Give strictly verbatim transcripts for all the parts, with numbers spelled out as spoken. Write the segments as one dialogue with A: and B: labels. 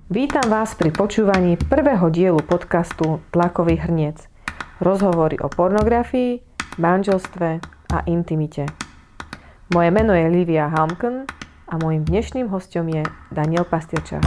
A: Vítam vás pri počúvaní prvého dielu podcastu Tlakový hrniec. Rozhovory o pornografii, manželstve a intimite. Moje meno je Lívia Halmken a môjim dnešným hosťom je Daniel Pastierčák.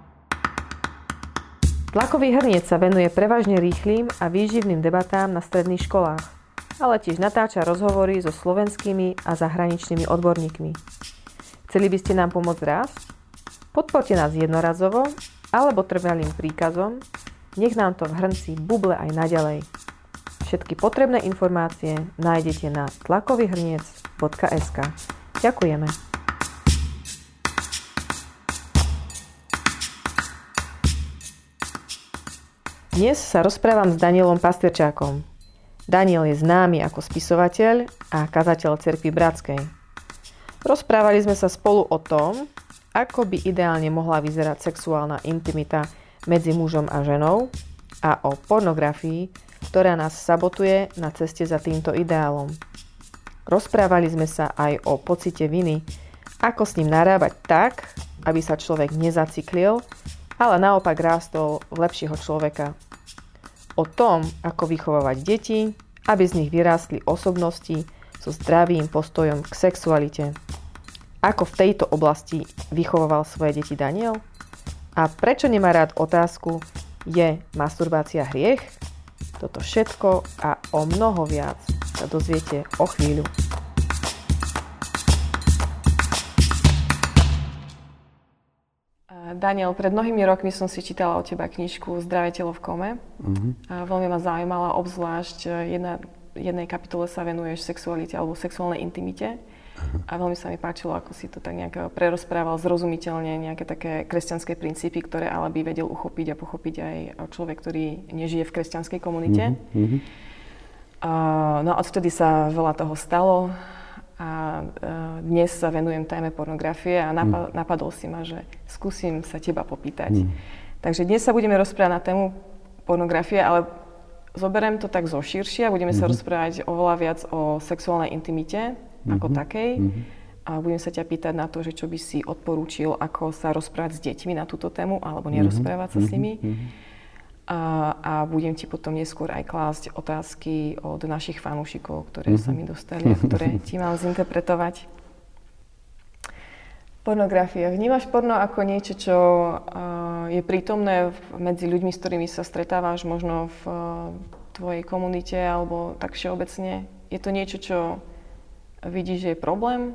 A: Tlakový hrniec sa venuje prevažne rýchlym a výživným debatám na stredných školách, ale tiež natáča rozhovory so slovenskými a zahraničnými odborníkmi. Chceli by ste nám pomôcť rásť? Podporte nás jednorazovo alebo trvalým príkazom, nech nám to v hrnci buble aj naďalej. Všetky potrebné informácie nájdete na tlakový hrniec bodka es ká. Ďakujeme. Dnes sa rozprávam s Danielom Pastierčákom. Daniel je známy ako spisovateľ a kazateľ Cirkvi Bratskej. Rozprávali sme sa spolu o tom, ako by ideálne mohla vyzerať sexuálna intimita medzi mužom a ženou a o pornografii, ktorá nás sabotuje na ceste za týmto ideálom. Rozprávali sme sa aj o pocite viny, ako s ním narábať tak, aby sa človek nezaciklil, ale naopak rástol v lepšieho človeka. O tom, ako vychovávať deti, aby z nich vyrástli osobnosti so zdravým postojom k sexualite. Ako v tejto oblasti vychovával svoje deti Daniel? A prečo nemá rád otázku, je masturbácia hriech? Toto všetko a o mnoho viac sa dozviete o chvíľu. Daniel, pred mnohými rokmi som si čítala o teba knižku Zdravé telo v kome. Mm-hmm. A veľmi ma zaujímala, obzvlášť jedna, jednej kapitole sa venuješ sexualite alebo sexuálnej intimite. A veľmi sa mi páčilo, ako si to tak nejak prerozprával zrozumiteľne, nejaké také kresťanské princípy, ktoré ale by vedel uchopiť a pochopiť aj človek, ktorý nežije v kresťanskej komunite. Mm-hmm. Uh, no a odvtedy sa veľa toho stalo a uh, dnes sa venujem téme pornografie a napad- mm. napadol si ma, že skúsim sa teba popýtať. Mm. Takže dnes sa budeme rozprávať na tému pornografie, ale zoberiem to tak zo širšia, budeme mm-hmm. sa rozprávať oveľa viac o sexuálnej intimite ako mm-hmm. takej. Mm-hmm. A budem sa ťa pýtať na to, že čo by si odporúčil, ako sa rozprávať s deťmi na túto tému, alebo nerozprávať mm-hmm. sa s nimi. Mm-hmm. A, a budem ti potom neskôr aj klásť otázky od našich fanúšikov, ktoré mm-hmm. sa mi dostali a ktoré ti mám zinterpretovať. Pornografia. Vnímaš porno ako niečo, čo uh, je prítomné medzi ľuďmi, s ktorými sa stretávaš, možno v uh, tvojej komunite, alebo tak všeobecne? Je to niečo, čo vidíš, že je problém?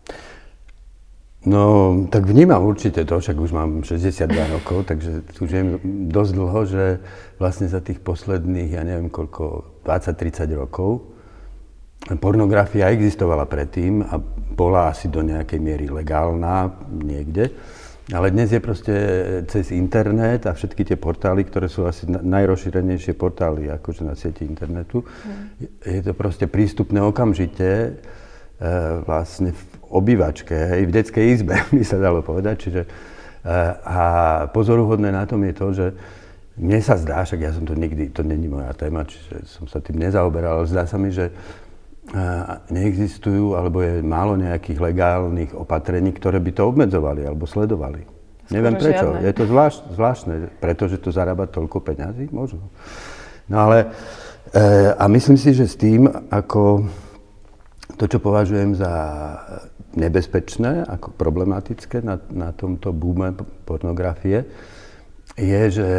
B: No, tak vnímam určite to, však už mám šesťdesiatdva rokov, takže tu žijem dosť dlho, že vlastne za tých posledných, ja neviem koľko, dvadsať tridsať rokov, pornografia existovala predtým a bola asi do nejakej miery legálna niekde, ale dnes je proste cez internet a všetky tie portály, ktoré sú asi najrozšírenejšie portály akože na sieti internetu, mm. je to proste prístupné okamžite, vlastne v obývačke, hej, v detskej izbe, by sa dalo povedať. Čiže, a pozoruhodné na tom je to, že mne sa zdá, však ja som to nikdy, to není moja téma, čiže som sa tým nezaoberal, ale zdá sa mi, že neexistujú, alebo je málo nejakých legálnych opatrení, ktoré by to obmedzovali alebo sledovali. Skoro neviem prečo, žiadne. Je to zvlášť, zvláštne, pretože to zarába toľko peňazí, možno. No ale, e, a myslím si, že s tým, ako to, čo považujem za nebezpečné, ako problematické na, na tomto boome pornografie, je, že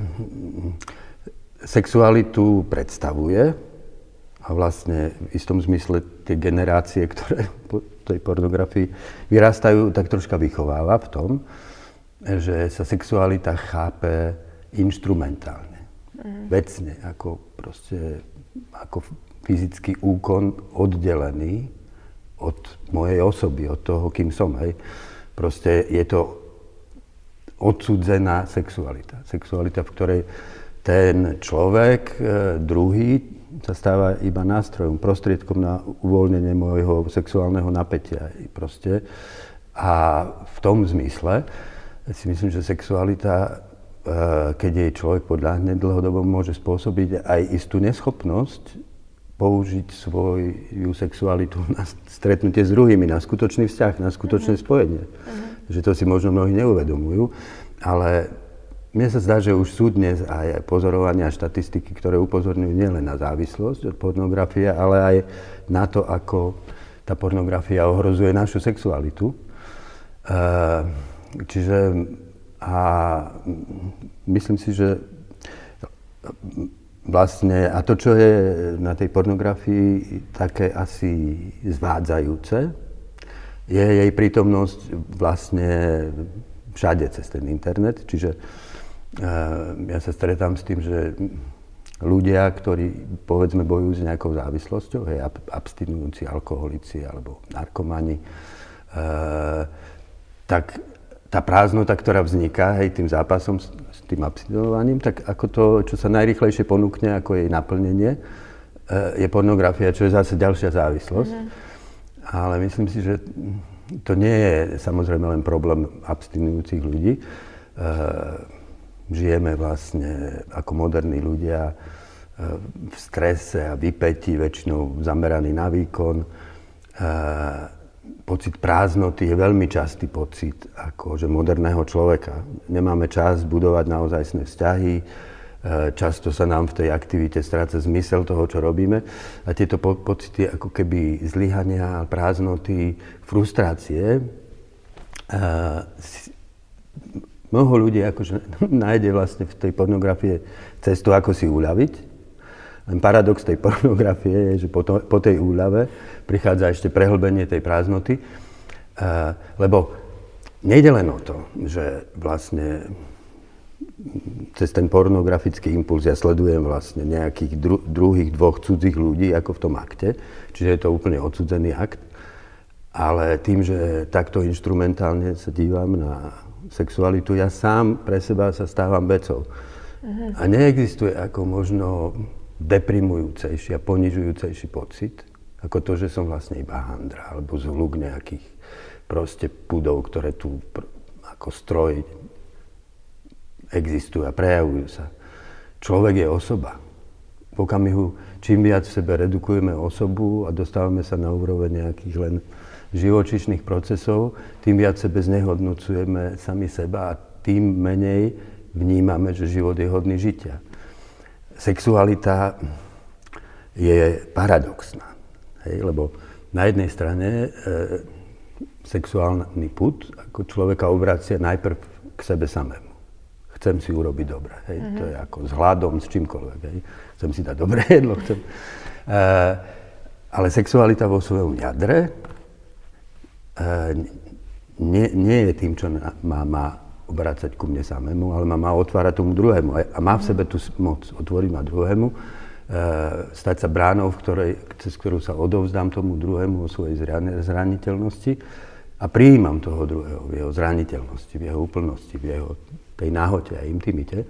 B: sexualitu predstavuje a vlastne v istom zmysle tie generácie, ktoré po tej pornografii vyrastajú, tak troška vychováva v tom, že sa sexualita chápe inštrumentálne, mm. vecne, ako proste, ako fyzický úkon oddelený od mojej osoby, od toho, kým som, hej. Proste je to odsúdzená sexualita. Sexualita, v ktorej ten človek, e, druhý, sa stáva iba nástrojom, prostriedkom na uvoľnenie môjho sexuálneho napätia. Proste. A v tom zmysle si myslím, že sexualita, e, keď jej človek podľahne dlhodobo, môže spôsobiť aj istú neschopnosť použiť svoju sexualitu na stretnutie s druhými, na skutočný vzťah, na skutočné uh-huh. spojenie. Uh-huh. Že to si možno mnohí neuvedomujú, ale mne sa zdá, že už sú dnes aj pozorovania a štatistiky, ktoré upozorňujú nielen na závislosť od pornografie, ale aj na to, ako tá pornografia ohrozuje našu sexualitu. Čiže a myslím si, že vlastne, a to, čo je na tej pornografii také asi zvádzajúce, je jej prítomnosť vlastne všade cez ten internet. Čiže uh, ja sa stretám s tým, že ľudia, ktorí povedzme bojujú s nejakou závislosťou, hej, abstinujúci alkoholici alebo narkomani, uh, tak tá prázdnota, ktorá vzniká, hej, tým zápasom s, s tým abstinovaním, tak ako to, čo sa najrýchlejšie ponúkne ako jej naplnenie, uh, je pornografia, čo je zase ďalšia závislosť. Mm-hmm. Ale myslím si, že to nie je samozrejme len problém abstinujúcich ľudí. Žijeme vlastne ako moderní ľudia v strese a vypätí, väčšinou zameraní na výkon. Pocit prázdnoty je veľmi častý pocit akože moderného človeka. Nemáme čas budovať naozajstné vzťahy, často sa nám v tej aktivite stráca zmysel toho, čo robíme. A tieto po- pocity ako keby zlyhania, prázdnoty, frustrácie, uh, si, mnoho ľudí akože nájde vlastne v tej pornografii cestu, ako si uľaviť. Len paradox tej pornografie je, že po, to, po tej úľave prichádza ešte prehlbenie tej prázdnoty, uh, lebo nejde len o to, že vlastne cez ten pornografický impuls ja sledujem vlastne nejakých dru- druhých dvoch cudzích ľudí ako v tom akte, čiže je to úplne odsudzený akt, ale tým, že takto inštrumentálne sa dívam na sexualitu, ja sám pre seba sa stávam becou. Uh-huh. A neexistuje ako možno deprimujúcejší a ponižujúcejší pocit, ako to, že som vlastne iba handra alebo zhluk nejakých proste pudov, ktoré tu pr- ako stroj existujú a prejavujú sa. Človek je osoba. V okamihu, čím viac v sebe redukujeme osobu a dostávame sa na úroveň nejakých len živočíšnych procesov, tým viac sebe znehodnocujeme sami seba a tým menej vnímame, že život je hodný žitia. Sexualita je paradoxná, hej? Lebo na jednej strane e, sexuálny pud ako človeka obracia najprv k sebe samému. Chcem si urobiť dobre, hej, uh-huh. To je ako s hladom, s čímkoľvek, hej. Chcem si dať dobré jedlo, chcem. Uh, ale sexualita vo svojom jadre uh, nie, nie je tým, čo má, má obracať ku mne samému, ale má, má otvárať tomu druhému. A má v sebe tú moc otvoriť ma druhému, uh, stať sa bránou, v ktorej, cez ktorú sa odovzdám tomu druhému o svojej zraniteľnosti a prijímam toho druhého v jeho zraniteľnosti, v jeho úplnosti, v jeho tej náhote a intimite.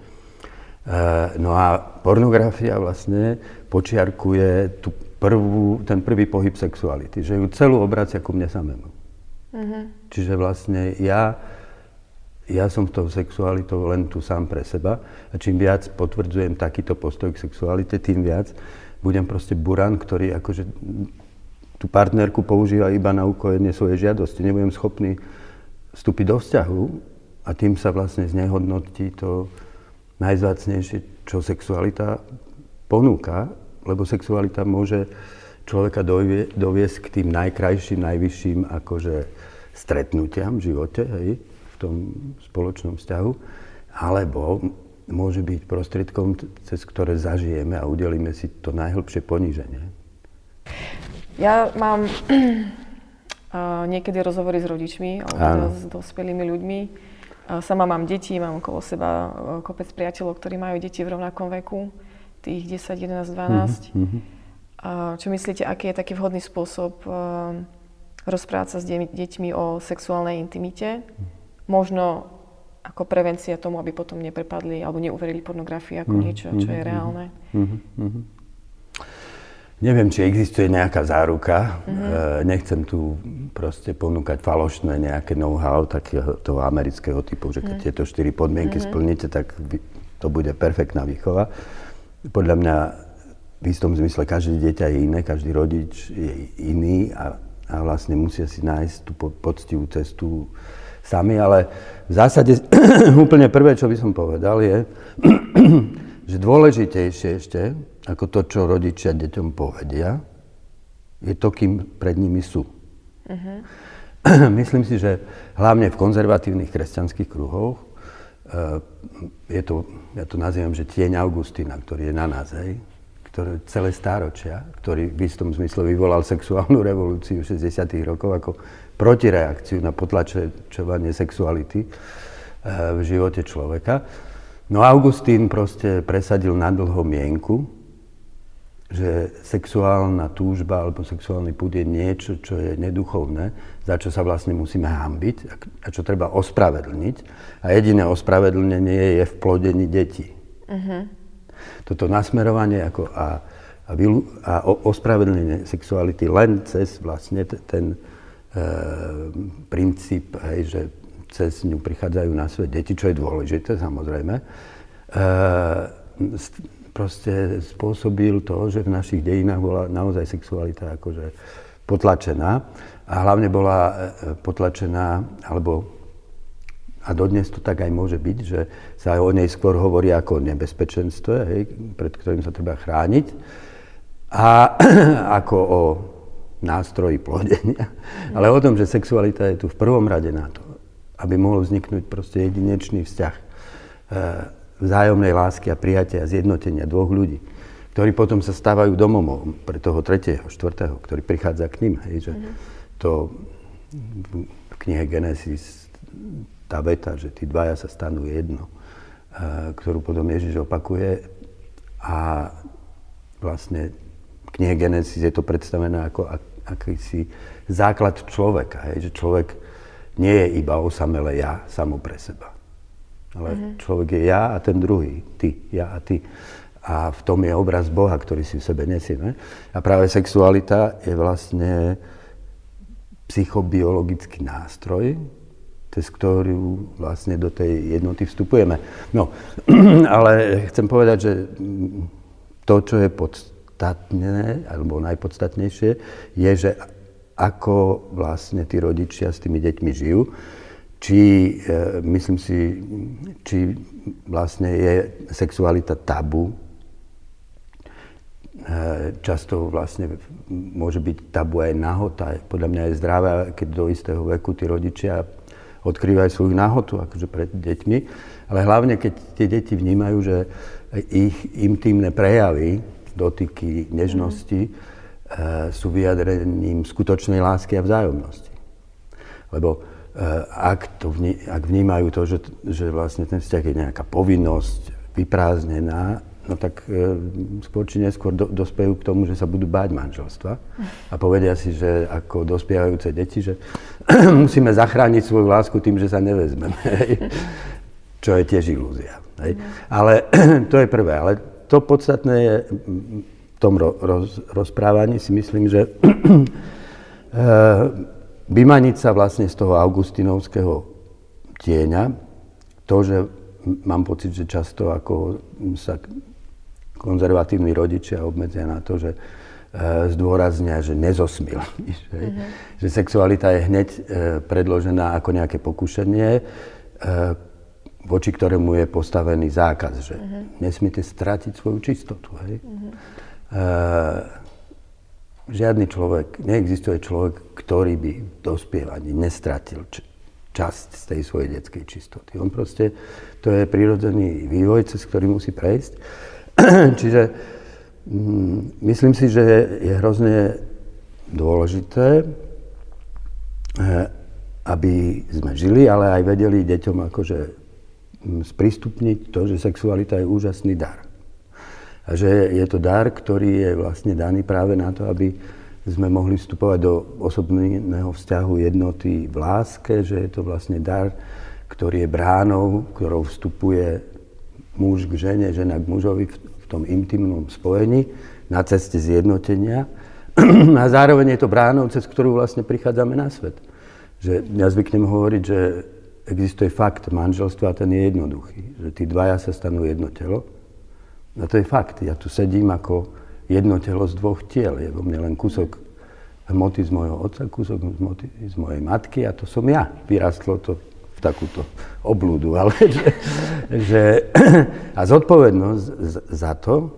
B: No a pornografia vlastne počiarkuje tú prvú, ten prvý pohyb sexuality, že ju celú obracia ku mne samému. Uh-huh. Čiže vlastne ja, ja som s tou sexualitou len tu sám pre seba a čím viac potvrdzujem takýto postoj k sexualite, tým viac budem proste buran, ktorý akože tú partnerku používa iba na ukojenie svojej žiadosti. Nebudem schopný vstúpiť do vzťahu, a tým sa vlastne znehodnotí to najvzácnejšie, čo sexualita ponúka, lebo sexualita môže človeka dovie, doviesť k tým najkrajším, najvyšším akože stretnutiam v živote, hej, v tom spoločnom vzťahu, alebo môže byť prostriedkom, cez ktoré zažijeme a udelíme si to najhlbšie poníženie.
A: Ja mám uh, niekedy rozhovory s rodičmi, alebo teda s dospelými ľuďmi. Sama mám deti, mám okolo seba kopec priateľov, ktorí majú deti v rovnakom veku, tých desať, jedenásť, dvanásť. Mm-hmm. Čo myslíte, aký je taký vhodný spôsob rozprávať sa s de- deťmi o sexuálnej intimite? Možno ako prevencia tomu, aby potom neprepadli alebo neuverili pornografii ako mm-hmm. niečo, čo je reálne. Mm-hmm.
B: Neviem, či existuje nejaká záruka. Mm-hmm. Nechcem tu proste ponúkať falošné nejaké know-how takého toho amerického typu, že keď mm-hmm. tieto štyri podmienky mm-hmm. splníte, tak to bude perfektná výchova. Podľa mňa v istom zmysle každé dieťa je iné, každý rodič je iný a, a vlastne musia si nájsť tú poctivú cestu sami, ale v zásade úplne prvé, čo by som povedal, je, že dôležitejšie ešte, ako to, čo rodičia deťom povedia, je to, kým pred nimi sú. Uh-huh. Myslím si, že hlavne v konzervatívnych kresťanských kruhoch je to, ja to nazývam, že tieň Augustína, ktorý je na nás, hej, ktoré celé stáročia, ktorý v istom zmysle vyvolal sexuálnu revolúciu šesťdesiatych rokov ako protireakciu na potlačovanie sexuality v živote človeka. No Augustín proste presadil nadlho mienku, že sexuálna túžba alebo sexuálny pud je niečo, čo je neduchovné, za čo sa vlastne musíme hanbiť a čo treba ospravedlniť. A jediné ospravedlnenie je v plodení detí. Uh-huh. Toto nasmerovanie ako a, a, vylu, a ospravedlnenie sexuality len cez vlastne t- ten e, princíp, hej, že cez ňu prichádzajú na svet deti, čo je dôležité, samozrejme, e, proste spôsobil to, že v našich dejinách bola naozaj sexualita akože potlačená a hlavne bola potlačená, alebo a dodnes to tak aj môže byť, že sa o nej skôr hovorí ako o nebezpečenstve, hej, pred ktorým sa treba chrániť, a ako o nástroji plodenia, ale o tom, že sexualita je tu v prvom rade na to, aby mohol vzniknúť proste jedinečný vzťah vzájomnej lásky a prijatia a zjednotenia dvoch ľudí, ktorí potom sa stávajú domom pre toho tretieho, štvrtého, ktorý prichádza k ním. Hej, že mm-hmm. to v knihe Genesis, tá veta, že tí dvaja sa stanú jedno, ktorú potom Ježiš opakuje a vlastne v knihe Genesis je to predstavené ako ak, akýsi základ človeka, hej, že človek nie je iba osamelé ja samo pre seba. Ale uh-huh. človek je ja a ten druhý, ty, ja a ty. A v tom je obraz Boha, ktorý si v sebe nesieme. A práve sexualita je vlastne psychobiologický nástroj, cez ktorú vlastne do tej jednoty vstupujeme. No, ale chcem povedať, že to, čo je podstatné, alebo najpodstatnejšie, je, že ako vlastne tí rodičia s tými deťmi žijú, či, e, myslím si, či vlastne je sexualita tabu. E, často vlastne môže byť tabu aj nahota. Podľa mňa je zdravé, keď do istého veku tí rodičia odkrývajú svoju nahotu akože pred deťmi, ale hlavne, keď tie deti vnímajú, že ich intimné prejavy, dotyky, nežnosti mm. e, sú vyjadrením skutočnej lásky a vzájomnosti. Lebo Ak, to vní, ak vnímajú to, že, že vlastne ten vzťah je nejaká povinnosť vyprázdnená, no tak e, skôr či neskôr do, dospejú k tomu, že sa budú báť manželstva a povedia si, že ako dospievajúce deti, že musíme zachrániť svoju lásku tým, že sa nevezmeme, čo je tiež ilúzia. Hej. Ale to je prvé, ale to podstatné je v tom roz, rozprávaní si myslím, že e, vymaniť sa vlastne z toho augustinovského tieňa, to, že mám pocit, že často ako sa konzervatívni rodičia obmedzia na to, že e, zdôraznia, že nezosmil. Mm-hmm. Že sexualita je hneď e, predložená ako nejaké pokušenie, e, voči ktorému je postavený zákaz, že mm-hmm. nesmiete stratiť svoju čistotu. Hej? Mm-hmm. E, Žiadny človek, neexistuje človek, ktorý by v dospievaní nestratil č- časť z tej svojej detskej čistoty. On proste, to je prirodzený vývoj, cez ktorý musí prejsť. Čiže mm, myslím si, že je hrozne dôležité, aby sme žili, ale aj vedeli deťom akože sprístupniť to, že sexualita je úžasný dar. A že je to dar, ktorý je vlastne daný práve na to, aby sme mohli vstupovať do osobného vzťahu jednoty v láske, že je to vlastne dar, ktorý je bránou, ktorou vstupuje muž k žene, žena k mužovi v tom intimnom spojení na ceste zjednotenia. A zároveň je to bránou, cez ktorú vlastne prichádzame na svet. Že ja zvyknem hovoriť, že existuje fakt manželstva a ten je jednoduchý. Že tí dvaja sa stanú jedno telo. A to je fakt. Ja tu sedím ako jedno telo z dvoch tiel. Je vo mne len kúsok hmoty z mojho otca, kúsok hmoty z mojej matky a to som ja. Vyrastlo to takúto oblúdu, ale že, že a zodpovednosť za to e,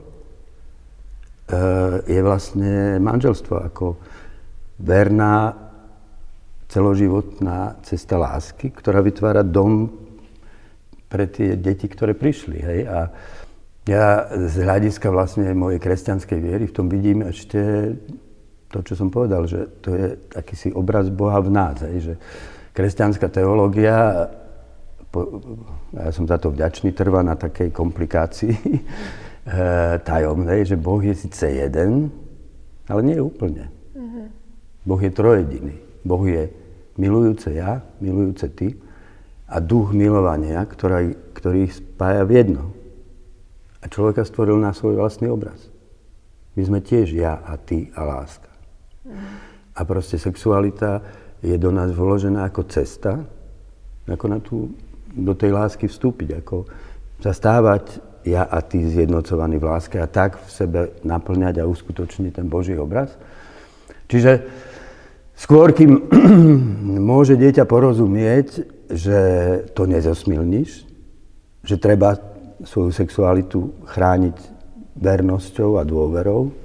B: je vlastne manželstvo ako verná celoživotná cesta lásky, ktorá vytvára dom pre tie deti, ktoré prišli. Hej? A ja z hľadiska vlastne mojej kresťanskej viery v tom vidím ešte to, čo som povedal, že to je akýsi obraz Boha v nás. Hej? Že kresťanská teológia, ja som za to vďačný, trvá na takej komplikácii tajomnej, že Boh je síce jeden, ale nie úplne. Mm-hmm. Boh je trojediný. Boh je milujúce ja, milujúce ty a duch milovania, ktorý, ktorý ich spája v jedno. A človeka stvoril na svoj vlastný obraz. My sme tiež ja a ty a láska. Mm. A proste sexualita je do nás vložená ako cesta, ako na tú, do tej lásky vstúpiť, ako sa stávať ja a ty zjednocovaní v láske a tak v sebe naplňať a uskutočniť ten Boží obraz. Čiže skôr, kým môže dieťa porozumieť, že to nezosmilníš, že treba svoju sexualitu chrániť vernosťou a dôverou,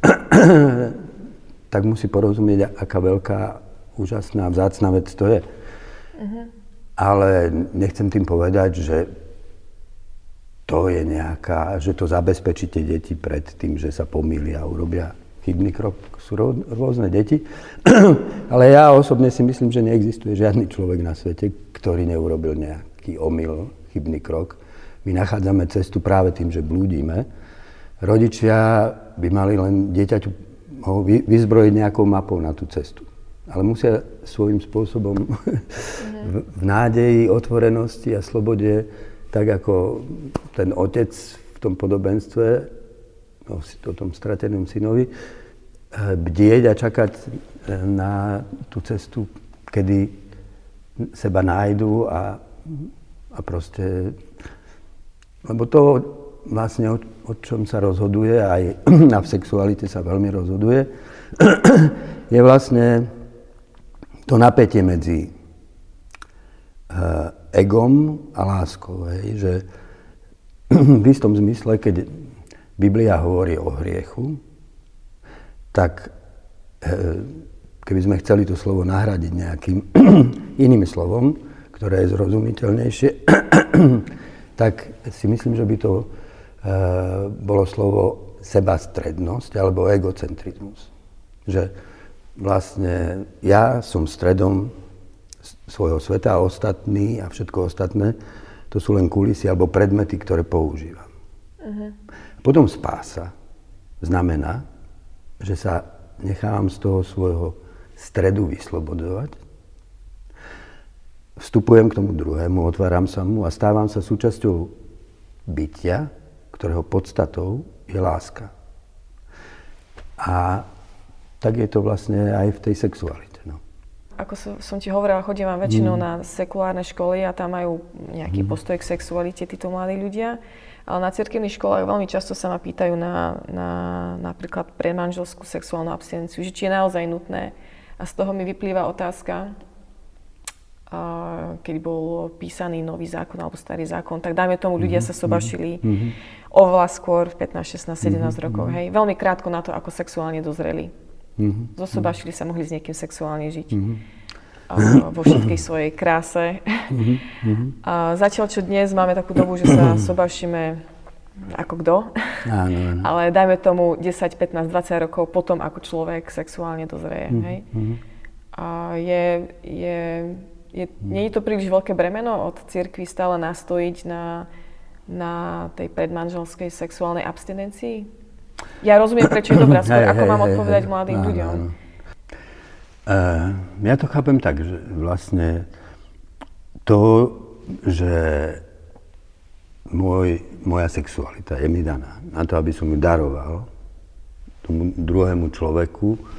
B: tak musí porozumieť, aká veľká, úžasná, vzácna vec to je. Uh-huh. Ale nechcem tým povedať, že to je nejaká, že to zabezpečíte deti pred tým, že sa pomýlia a urobia chybný krok. Sú rôzne deti. Ale ja osobne si myslím, že neexistuje žiadny človek na svete, ktorý neurobil nejaký omyl, chybný krok. My nachádzame cestu práve tým, že blúdime. Rodičia by mali len dieťaťu vyzbrojiť nejakou mapou na tú cestu. Ale musia svojím spôsobom v, v nádeji, otvorenosti a slobode, tak ako ten otec v tom podobenstve, o, o tom stratenom synovi, bdieť a čakať na tú cestu, kedy seba nájdu a, a proste... Lebo to vlastne, o, o čom sa rozhoduje, aj a v sexualite sa veľmi rozhoduje, je vlastne to napätie medzi uh, egom a láskou. Hej? Že v istom zmysle, keď Biblia hovorí o hriechu, tak uh, keby sme chceli to slovo nahradiť nejakým iným slovom, ktoré je zrozumiteľnejšie, tak si myslím, že by to e, bolo slovo sebastrednosť alebo egocentrizmus. Že vlastne ja som stredom svojho sveta a ostatní a všetko ostatné, to sú len kulisy alebo predmety, ktoré používam. Uh-huh. Potom spása znamená, že sa nechávam z toho svojho stredu vyslobodovať, vstupujem k tomu druhému, otváram sa mu a stávam sa súčasťou bytia, ktorého podstatou je láska. A tak je to vlastne aj v tej sexualite. No.
A: Ako som, som ti hovorila, chodím vám väčšinou mm. na sekulárne školy a tam majú nejaký mm. postoj k sexualite títo mladí ľudia. Ale na cirkevných školách veľmi často sa ma pýtajú na, na napríklad predmanželskú sexuálnu abstinenciu, že či je naozaj nutné. A z toho mi vyplýva otázka, keď bol písaný nový zákon alebo starý zákon, tak dajme tomu, ľudia sa sobašili mm-hmm. oveľa skôr v pätnásť, šestnásť, sedemnásť mm-hmm. rokov, hej. Veľmi krátko na to, ako sexuálne dozreli. Mm-hmm. Zosobašili sa, mohli s niekým sexuálne žiť. Mm-hmm. A, vo všetkej svojej kráse. Mm-hmm. A zatiaľ, čo dnes máme takú dobu, že sa sobašíme ako kto. Áno, áno. Ale dajme tomu desať, pätnásť, dvadsať rokov potom, ako človek sexuálne dozrie, mm-hmm. hej. A je... je Je, nie je to príliš veľké bremeno od cirkvi stále nastojiť na, na tej predmanželskej sexuálnej abstinencii? Ja rozumiem, prečo je dobrá, skôr ako mám odpovedať mladým áno, ľuďom. Áno. Uh,
B: ja to chápem tak, že vlastne to, že môj, moja sexualita je mi daná na to, aby som ju daroval tomu druhému človeku,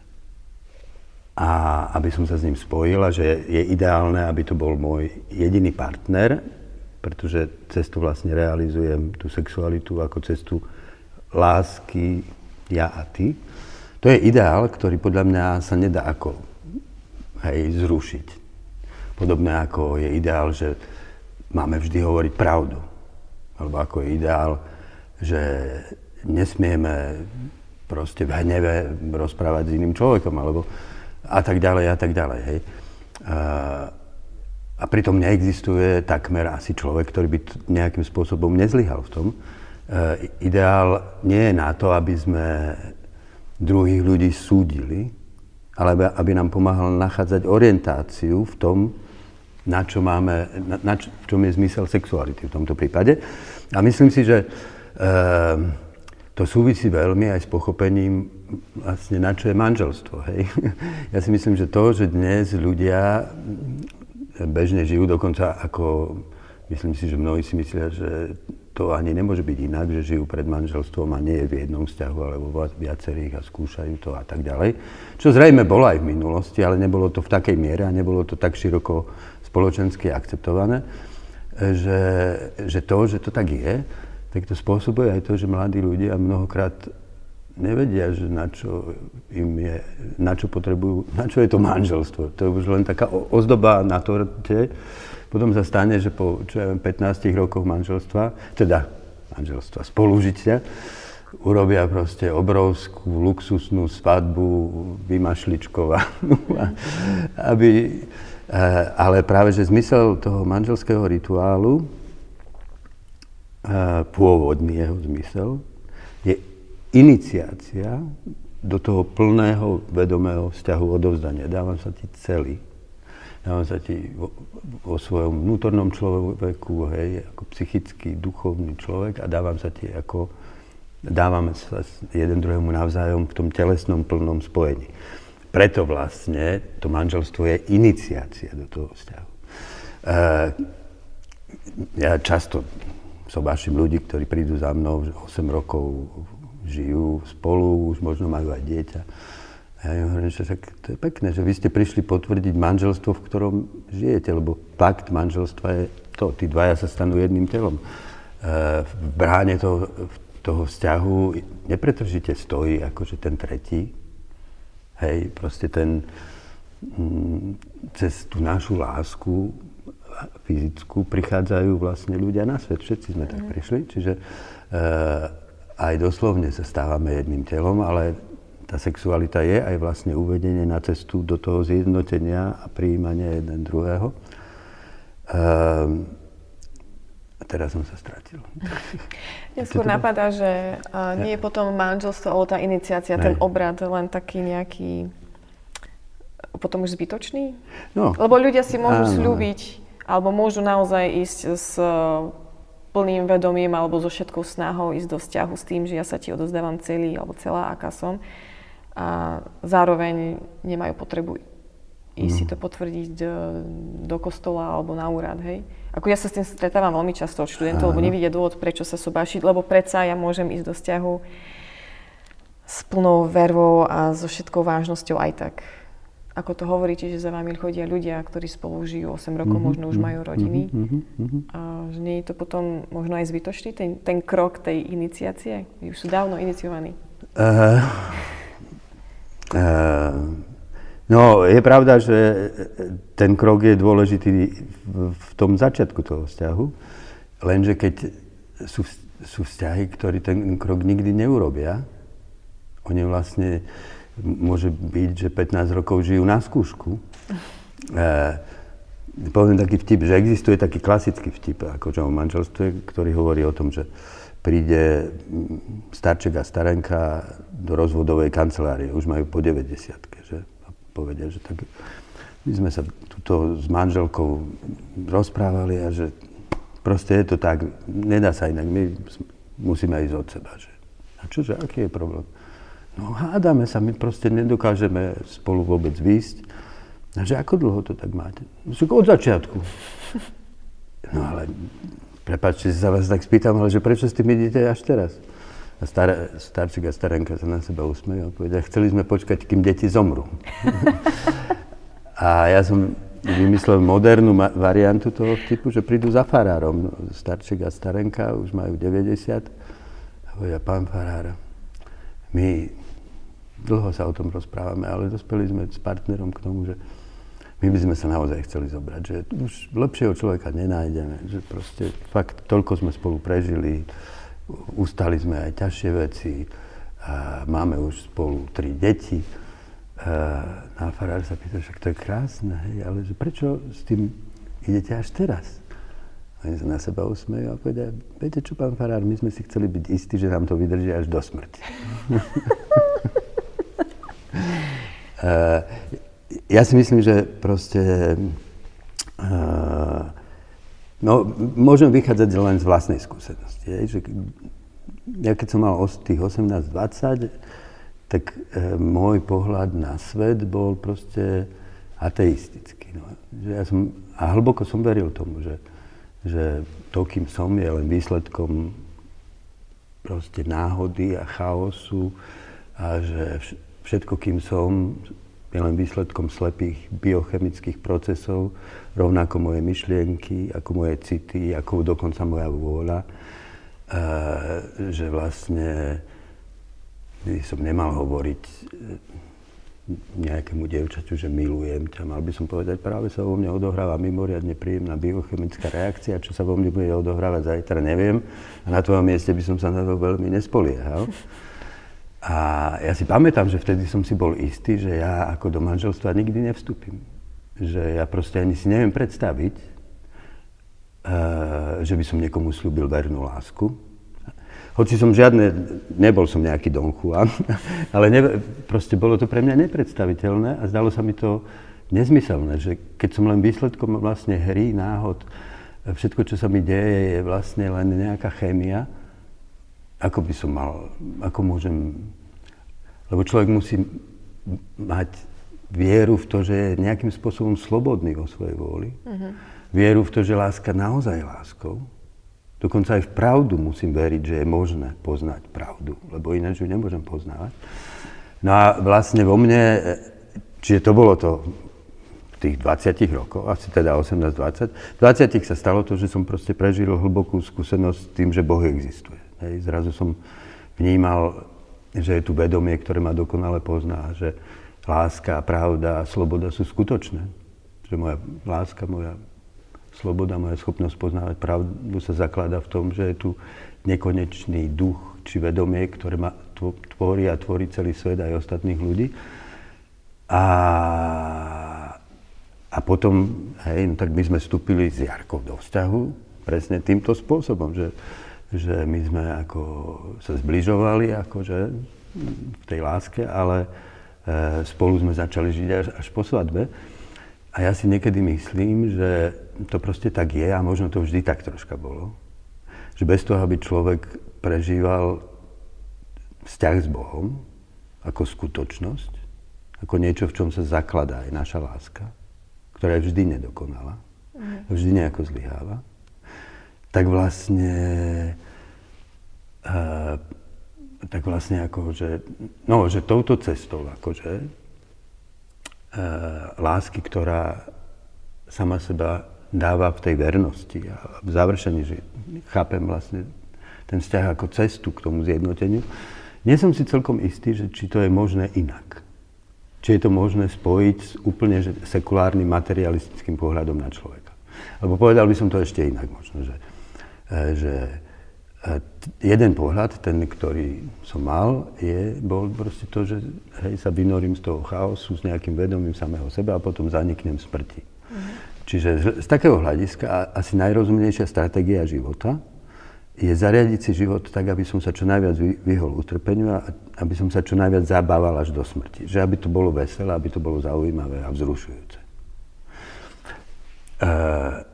B: a aby som sa s ním spojil a že je ideálne, aby to bol môj jediný partner, pretože cestu vlastne realizujem tú sexualitu ako cestu lásky ja a ty. To je ideál, ktorý podľa mňa sa nedá ako hej, zrušiť. Podobné ako je ideál, že máme vždy hovoriť pravdu. Alebo ako je ideál, že nesmieme proste v hneve rozprávať s iným človekom, alebo a tak ďalej, a tak ďalej, hej. A, a pritom neexistuje takmer asi človek, ktorý by t- nejakým spôsobom nezlyhal v tom. E, ideál nie je na to, aby sme druhých ľudí súdili, ale aby, aby nám pomáhal nachádzať orientáciu v tom, na čo máme, na, na čo, v čom je zmysel sexuality v tomto prípade. A myslím si, že e, to súvisí veľmi aj s pochopením vlastne, na čo je manželstvo. Hej? Ja si myslím, že to, že dnes ľudia bežne žijú, dokonca ako, myslím si, že mnohí si myslia, že to ani nemôže byť inak, že žijú pred manželstvom a nie je v jednom vzťahu, alebo viacerých a skúšajú to a tak ďalej. Čo zrejme bolo aj v minulosti, ale nebolo to v takej miere a nebolo to tak široko spoločensky akceptované, že, že to, že to tak je, tak to spôsobuje aj to, že mladí ľudia mnohokrát nevedia, že na čo im je, na čo potrebujú, na čo je to manželstvo. To je už len taká ozdoba na torte. Potom sa stane, že po, čo ja viem, pätnástich rokoch manželstva, teda manželstva, spolužitia, urobia proste obrovskú, luxusnú svadbu, vymašličkovanú, aby, ale práve, že zmysel toho manželského rituálu, pôvodný jeho zmysel, je iniciácia do toho plného, vedomého vzťahu odovzdania. Dávam sa ti celý. Dávam sa ti vo, vo svojom vnútornom človeku, hej, ako psychický, duchovný človek a dávam sa ti ako, dávame sa jeden druhému navzájom v tom telesnom plnom spojení. Preto vlastne to manželstvo je iniciácia do toho vzťahu. E, ja často sobášim ľudí, ktorí prídu za mnou, že osem rokov žijú spolu, už možno majú aj dieťa. A ja hovorím, že to je pekné, že vy ste prišli potvrdiť manželstvo, v ktorom žijete, lebo pakt manželstva je to, tí dvaja sa stanú jedným telom. V bráne toho, toho vzťahu nepretržite stojí akože ten tretí. Hej, proste ten, cez tú našu lásku fyzickú prichádzajú vlastne ľudia na svet. Všetci sme tak prišli, čiže aj doslovne sa stávame jedným telom, ale tá sexualita je aj vlastne uvedenie na cestu do toho zjednotenia a prijímania jeden druhého. Um, a teraz som sa stratil.
A: Mne skôr napadá, že uh, nie je potom manželstvo, alebo tá iniciácia, ten obrad len taký nejaký potom už zbytočný?
B: No.
A: Lebo ľudia si môžu
B: áno.
A: sľúbiť, alebo môžu naozaj ísť s plným vedomím alebo so všetkou snahou ísť do vzťahu s tým, že ja sa ti odozdávam celý alebo celá, aká som. A zároveň nemajú potrebu ísť mm. si to potvrdiť do, do kostola alebo na úrad, hej. Ako ja sa s tým stretávam veľmi často od študentov, lebo nevidia dôvod, prečo sa sobášiť, lebo predsa ja môžem ísť do vzťahu s plnou vervou a so všetkou vážnosťou aj tak. Ako to hovoríte, že za vami chodia ľudia, ktorí spolu žijú osem rokov, mm-hmm, možno už majú rodiny. Mm-hmm, a že nie je to potom možno aj zbytočný, ten, ten krok tej iniciácie? Už sú dávno iniciovaní. Uh,
B: uh, no, je pravda, že ten krok je dôležitý v, v tom začiatku toho vzťahu, lenže keď sú, sú vzťahy, ktorí ten krok nikdy neurobia, oni vlastne môže byť, že pätnásť rokov žijú na skúšku. E, poviem taký vtip, že existuje taký klasický vtip, akože o manželstve, ktorý hovorí o tom, že príde starček a starenka do rozvodovej kancelárie, už majú po deväťdesiatke, že? A povedia, že tak my sme sa tuto s manželkou rozprávali a že proste je to tak, nedá sa inak, my musíme ísť od seba. Že? A čože, aký je problém? No hádame sa, my proste nedokážeme spolu vôbec výjsť. A že ako dlho to tak máte? Od začiatku. No ale, prepáčte, sa vás tak spýtam, ale že prečo s tým idete až teraz? A star, starček a starenka sa na seba usmejú a povedia, chceli sme počkať, kým deti zomrú. A ja som vymyslel modernú ma- variantu toho typu, že prídu za farárom. Starček a starenka už majú deväťdesiat a povedia, pán farár, my dlho sa o tom rozprávame, ale dospeli sme s partnerom k tomu, že my by sme sa naozaj chceli zobrať, že už lepšieho človeka nenájdeme, že proste fakt toľko sme spolu prežili, ustali sme aj ťažšie veci, a máme už spolu tri deti. A farár sa pýta, že to je krásne, hej, ale že prečo s tým idete až teraz? Oni sa na seba usmejú a povedia, viete čo, pán farár, my sme si chceli byť istí, že nám to vydrží až do smrti. uh, ja si myslím, že proste uh, no, môžem vychádzať len z vlastnej skúsenosti. Je, že ja keď som mal tých osemnásť dvadsať, tak uh, môj pohľad na svet bol proste ateistický. No. Že ja som, a hlboko som veril tomu, že že to, kým som, je len výsledkom proste náhody a chaosu a že všetko, kým som, je len výsledkom slepých biochemických procesov, rovnako moje myšlienky, ako moje city, ako dokonca moja vôľa. A, že vlastne by som nemal hovoriť nejakému dievčaťu, že milujem ťa. Mal by som povedať, práve sa vo mne odohráva mimoriadne príjemná biochemická reakcia, čo sa vo mne bude odohrávať zajtra, neviem. A na tvojom mieste by som sa na to veľmi nespoliehal. A ja si pamätám, že vtedy som si bol istý, že ja ako do manželstva nikdy nevstúpim. Že ja proste ani si neviem predstaviť, uh, že by som niekomu slúbil vernú lásku. Hoci som žiadne, nebol som nejaký Don Juan, ale ne, proste bolo to pre mňa nepredstaviteľné a zdalo sa mi to nezmyselné, že keď som len výsledkom vlastne hry, náhod, všetko, čo sa mi deje, je vlastne len nejaká chémia, ako by som mal, ako môžem, lebo človek musí mať vieru v to, že je nejakým spôsobom slobodný vo svojej vôli, uh-huh. Vieru v to, že láska naozaj je láskou. Dokonca aj v pravdu musím veriť, že je možné poznať pravdu, lebo ináč ju nemôžem poznávať. No a vlastne vo mne, čiže to bolo to v tých dvadsiatich rokoch, asi teda osemnásť dvadsať, v dvadsiatich sa stalo to, že som proste prežil hlbokú skúsenosť s tým, že Boh existuje. Hej, zrazu som vnímal, že je tu vedomie, ktoré ma dokonale pozná, že láska, pravda a sloboda sú skutočné. Že moja láska, moja sloboda, moja schopnosť poznávať pravdu sa zakladá v tom, že je tu nekonečný duch či vedomie, ktoré ma tvorí a tvorí celý svet aj ostatných ľudí. A, a potom, hej, no tak my sme vstúpili s Jarkou do vzťahu presne týmto spôsobom, že, že my sme ako sa zbližovali akože v tej láske, ale e, spolu sme začali žiť až, až po svadbe. A ja si niekedy myslím, že to proste tak je a možno to vždy tak troška bolo. Že bez toho, aby človek prežíval vzťah s Bohom ako skutočnosť, ako niečo, v čom sa zakladá aj naša láska, ktorá je vždy nedokonalá, mm. vždy nejako zlyháva, tak vlastne uh, tak vlastne ako, že, no, že touto cestou akože Uh, lásky, ktorá sama seba dáva v tej vernosti a v završení, že chápem vlastne ten vzťah ako cestu k tomu zjednoteniu. Nie som si celkom istý, že či to je možné inak. Či je to možné spojiť s úplne že sekulárnym materialistickým pohľadom na človeka. Alebo povedal by som to ešte inak možno, že, že jeden pohľad, ten, ktorý som mal, je, bol proste to, že hej, sa vynorím z toho chaosu s nejakým vedomím samého seba a potom zaniknem v smrti. Mm. Čiže z, z takého hľadiska asi najrozumnejšia stratégia života je zariadiť si život tak, aby som sa čo najviac vyhol utrpeniu a aby som sa čo najviac zabával až do smrti. Že aby to bolo veselé, aby to bolo zaujímavé a vzrušujúce. Uh,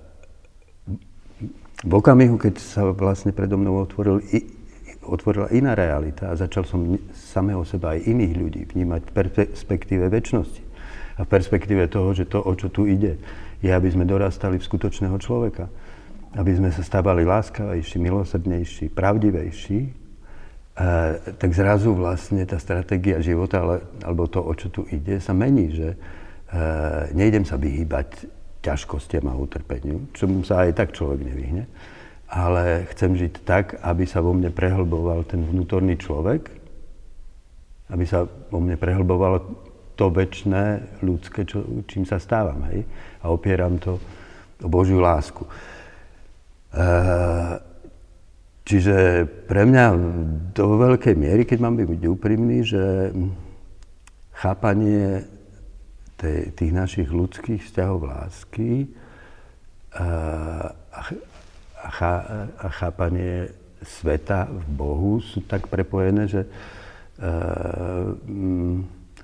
B: V okamihu, keď sa vlastne predo mnou otvoril, otvorila iná realita a začal som samého seba aj iných ľudí vnímať v perspektíve večnosti a v perspektíve toho, že to, o čo tu ide, je, aby sme dorastali v skutočného človeka, aby sme sa stávali láskavejší, milosrdnejší, pravdivejší, e, tak zrazu vlastne tá stratégia života, ale, alebo to, o čo tu ide, sa mení, že e, nejdem sa vyhýbať ťažkostiam a utrpeniu, čomu sa aj tak človek nevyhne, ale chcem žiť tak, aby sa vo mne prehlboval ten vnútorný človek, aby sa vo mne prehlbovalo to večné ľudské, čo, čím sa stávam, hej? A opieram to o Božiu lásku. E, čiže pre mňa do veľkej miery, keď mám byť úprimný, že chápanie tej, tých našich ľudských vzťahov lásky a, a, chá, a chápanie sveta v Bohu sú tak prepojené, že uh,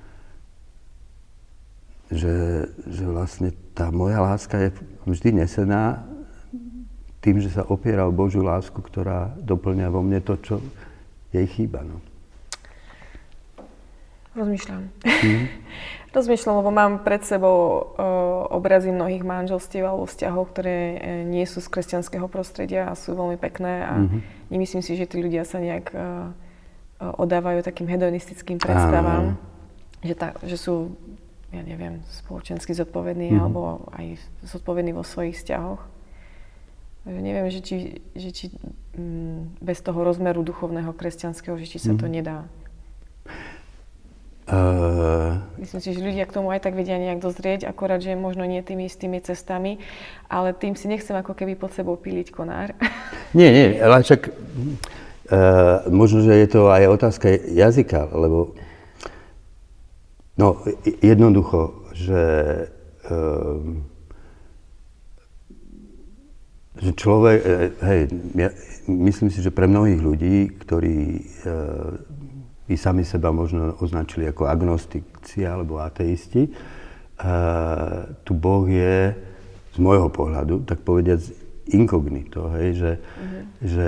B: že, že vlastne tá moja láska je vždy nesená tým, že sa opiera o Božiu lásku, ktorá doplňa vo mne to, čo jej chýba. No.
A: Rozmýšľam. Mm. Rozmýšľam, lebo mám pred sebou uh, obrazy mnohých manželstiev alebo vzťahov, ktoré uh, nie sú z kresťanského prostredia a sú veľmi pekné a mm-hmm. nemyslím si, že tí ľudia sa nejak uh, uh, odávajú takým hedonistickým predstavám, že, tá, že sú, ja neviem, spoločensky zodpovední mm-hmm. alebo aj zodpovední vo svojich vzťahoch. Takže neviem, že či, že či um, bez toho rozmeru duchovného kresťanského, že či sa mm-hmm. to nedá. Uh, Myslím si, že ľudia k tomu aj tak vedia nejak dozrieť, akorát, že možno nie tými istými cestami, ale tým si nechcem ako keby pod sebou píliť konár.
B: Nie, nie, ale však uh, možno, že je to aj otázka jazyka, lebo no jednoducho, že, uh, že človek, uh, hej, ja myslím si, že pre mnohých ľudí, ktorí uh, i sami seba možno označili ako agnostici alebo ateisti. Uh, tu Boh je, z môjho pohľadu, tak povediac inkognito, hej, že, uh-huh. že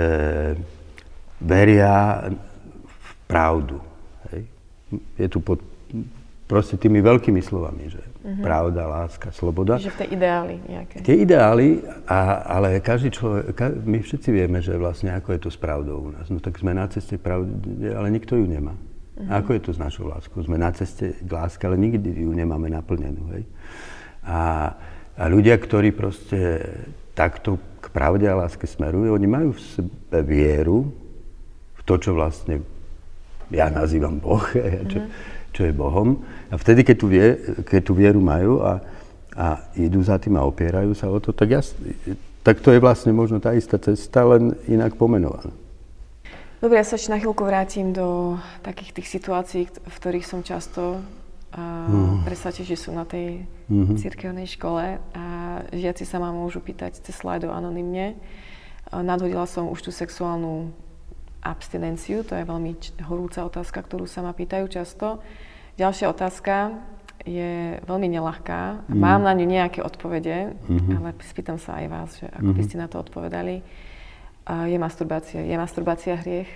B: veria v pravdu. Hej. Je tu pod, proste tými veľkými slovami, že uh-huh. pravda, láska, sloboda.
A: Že v tej ideáli nejaké.
B: Tie ideály, a, ale každý človek, ka, my všetci vieme, že vlastne ako je to s pravdou u nás. No tak sme na ceste k pravde, ale nikto ju nemá. Uh-huh. A ako je to s našou láskou? Sme na ceste k láske, ale nikdy ju nemáme naplnenú. Hej? A, a ľudia, ktorí proste takto k pravde a láske smerujú, oni majú v sebe vieru v to, čo vlastne ja nazývam Boh, čo, uh-huh. čo je Bohom. A vtedy, keď tú, vie, keď tú vieru majú a, a idú za tým a opierajú sa o to, tak, ja, tak to je vlastne možno tá istá cesta, len inak pomenovaná.
A: Dobre, ja sa ešte na chvíľku vrátim do takých tých situácií, v ktorých som často. A uh-huh. predstavte, že sú na tej uh-huh. cirkevnej škole a žiaci sa ma môžu pýtať cez slajdo anonymne. Nadhodila som už tú sexuálnu abstinenciu, to je veľmi horúca otázka, ktorú sa ma pýtajú často. Ďalšia otázka je veľmi neľahká. Mm. Mám na ňu nejaké odpovede, mm-hmm. ale spýtam sa aj vás, že ako mm-hmm. by ste na to odpovedali. Uh, je masturbácia, je masturbácia hriech?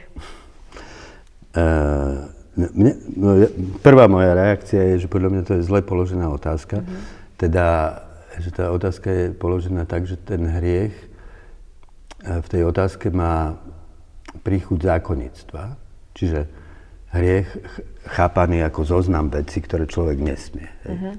B: Uh, mne, no, prvá moja reakcia je, že podľa mňa to je zle položená otázka. Mm-hmm. Teda, že tá otázka je položená tak, že ten hriech v tej otázke má príchuť zákonníctva, čiže hriech chápaný ako zoznam vecí, ktoré človek nesmie. Uh-huh. Uh,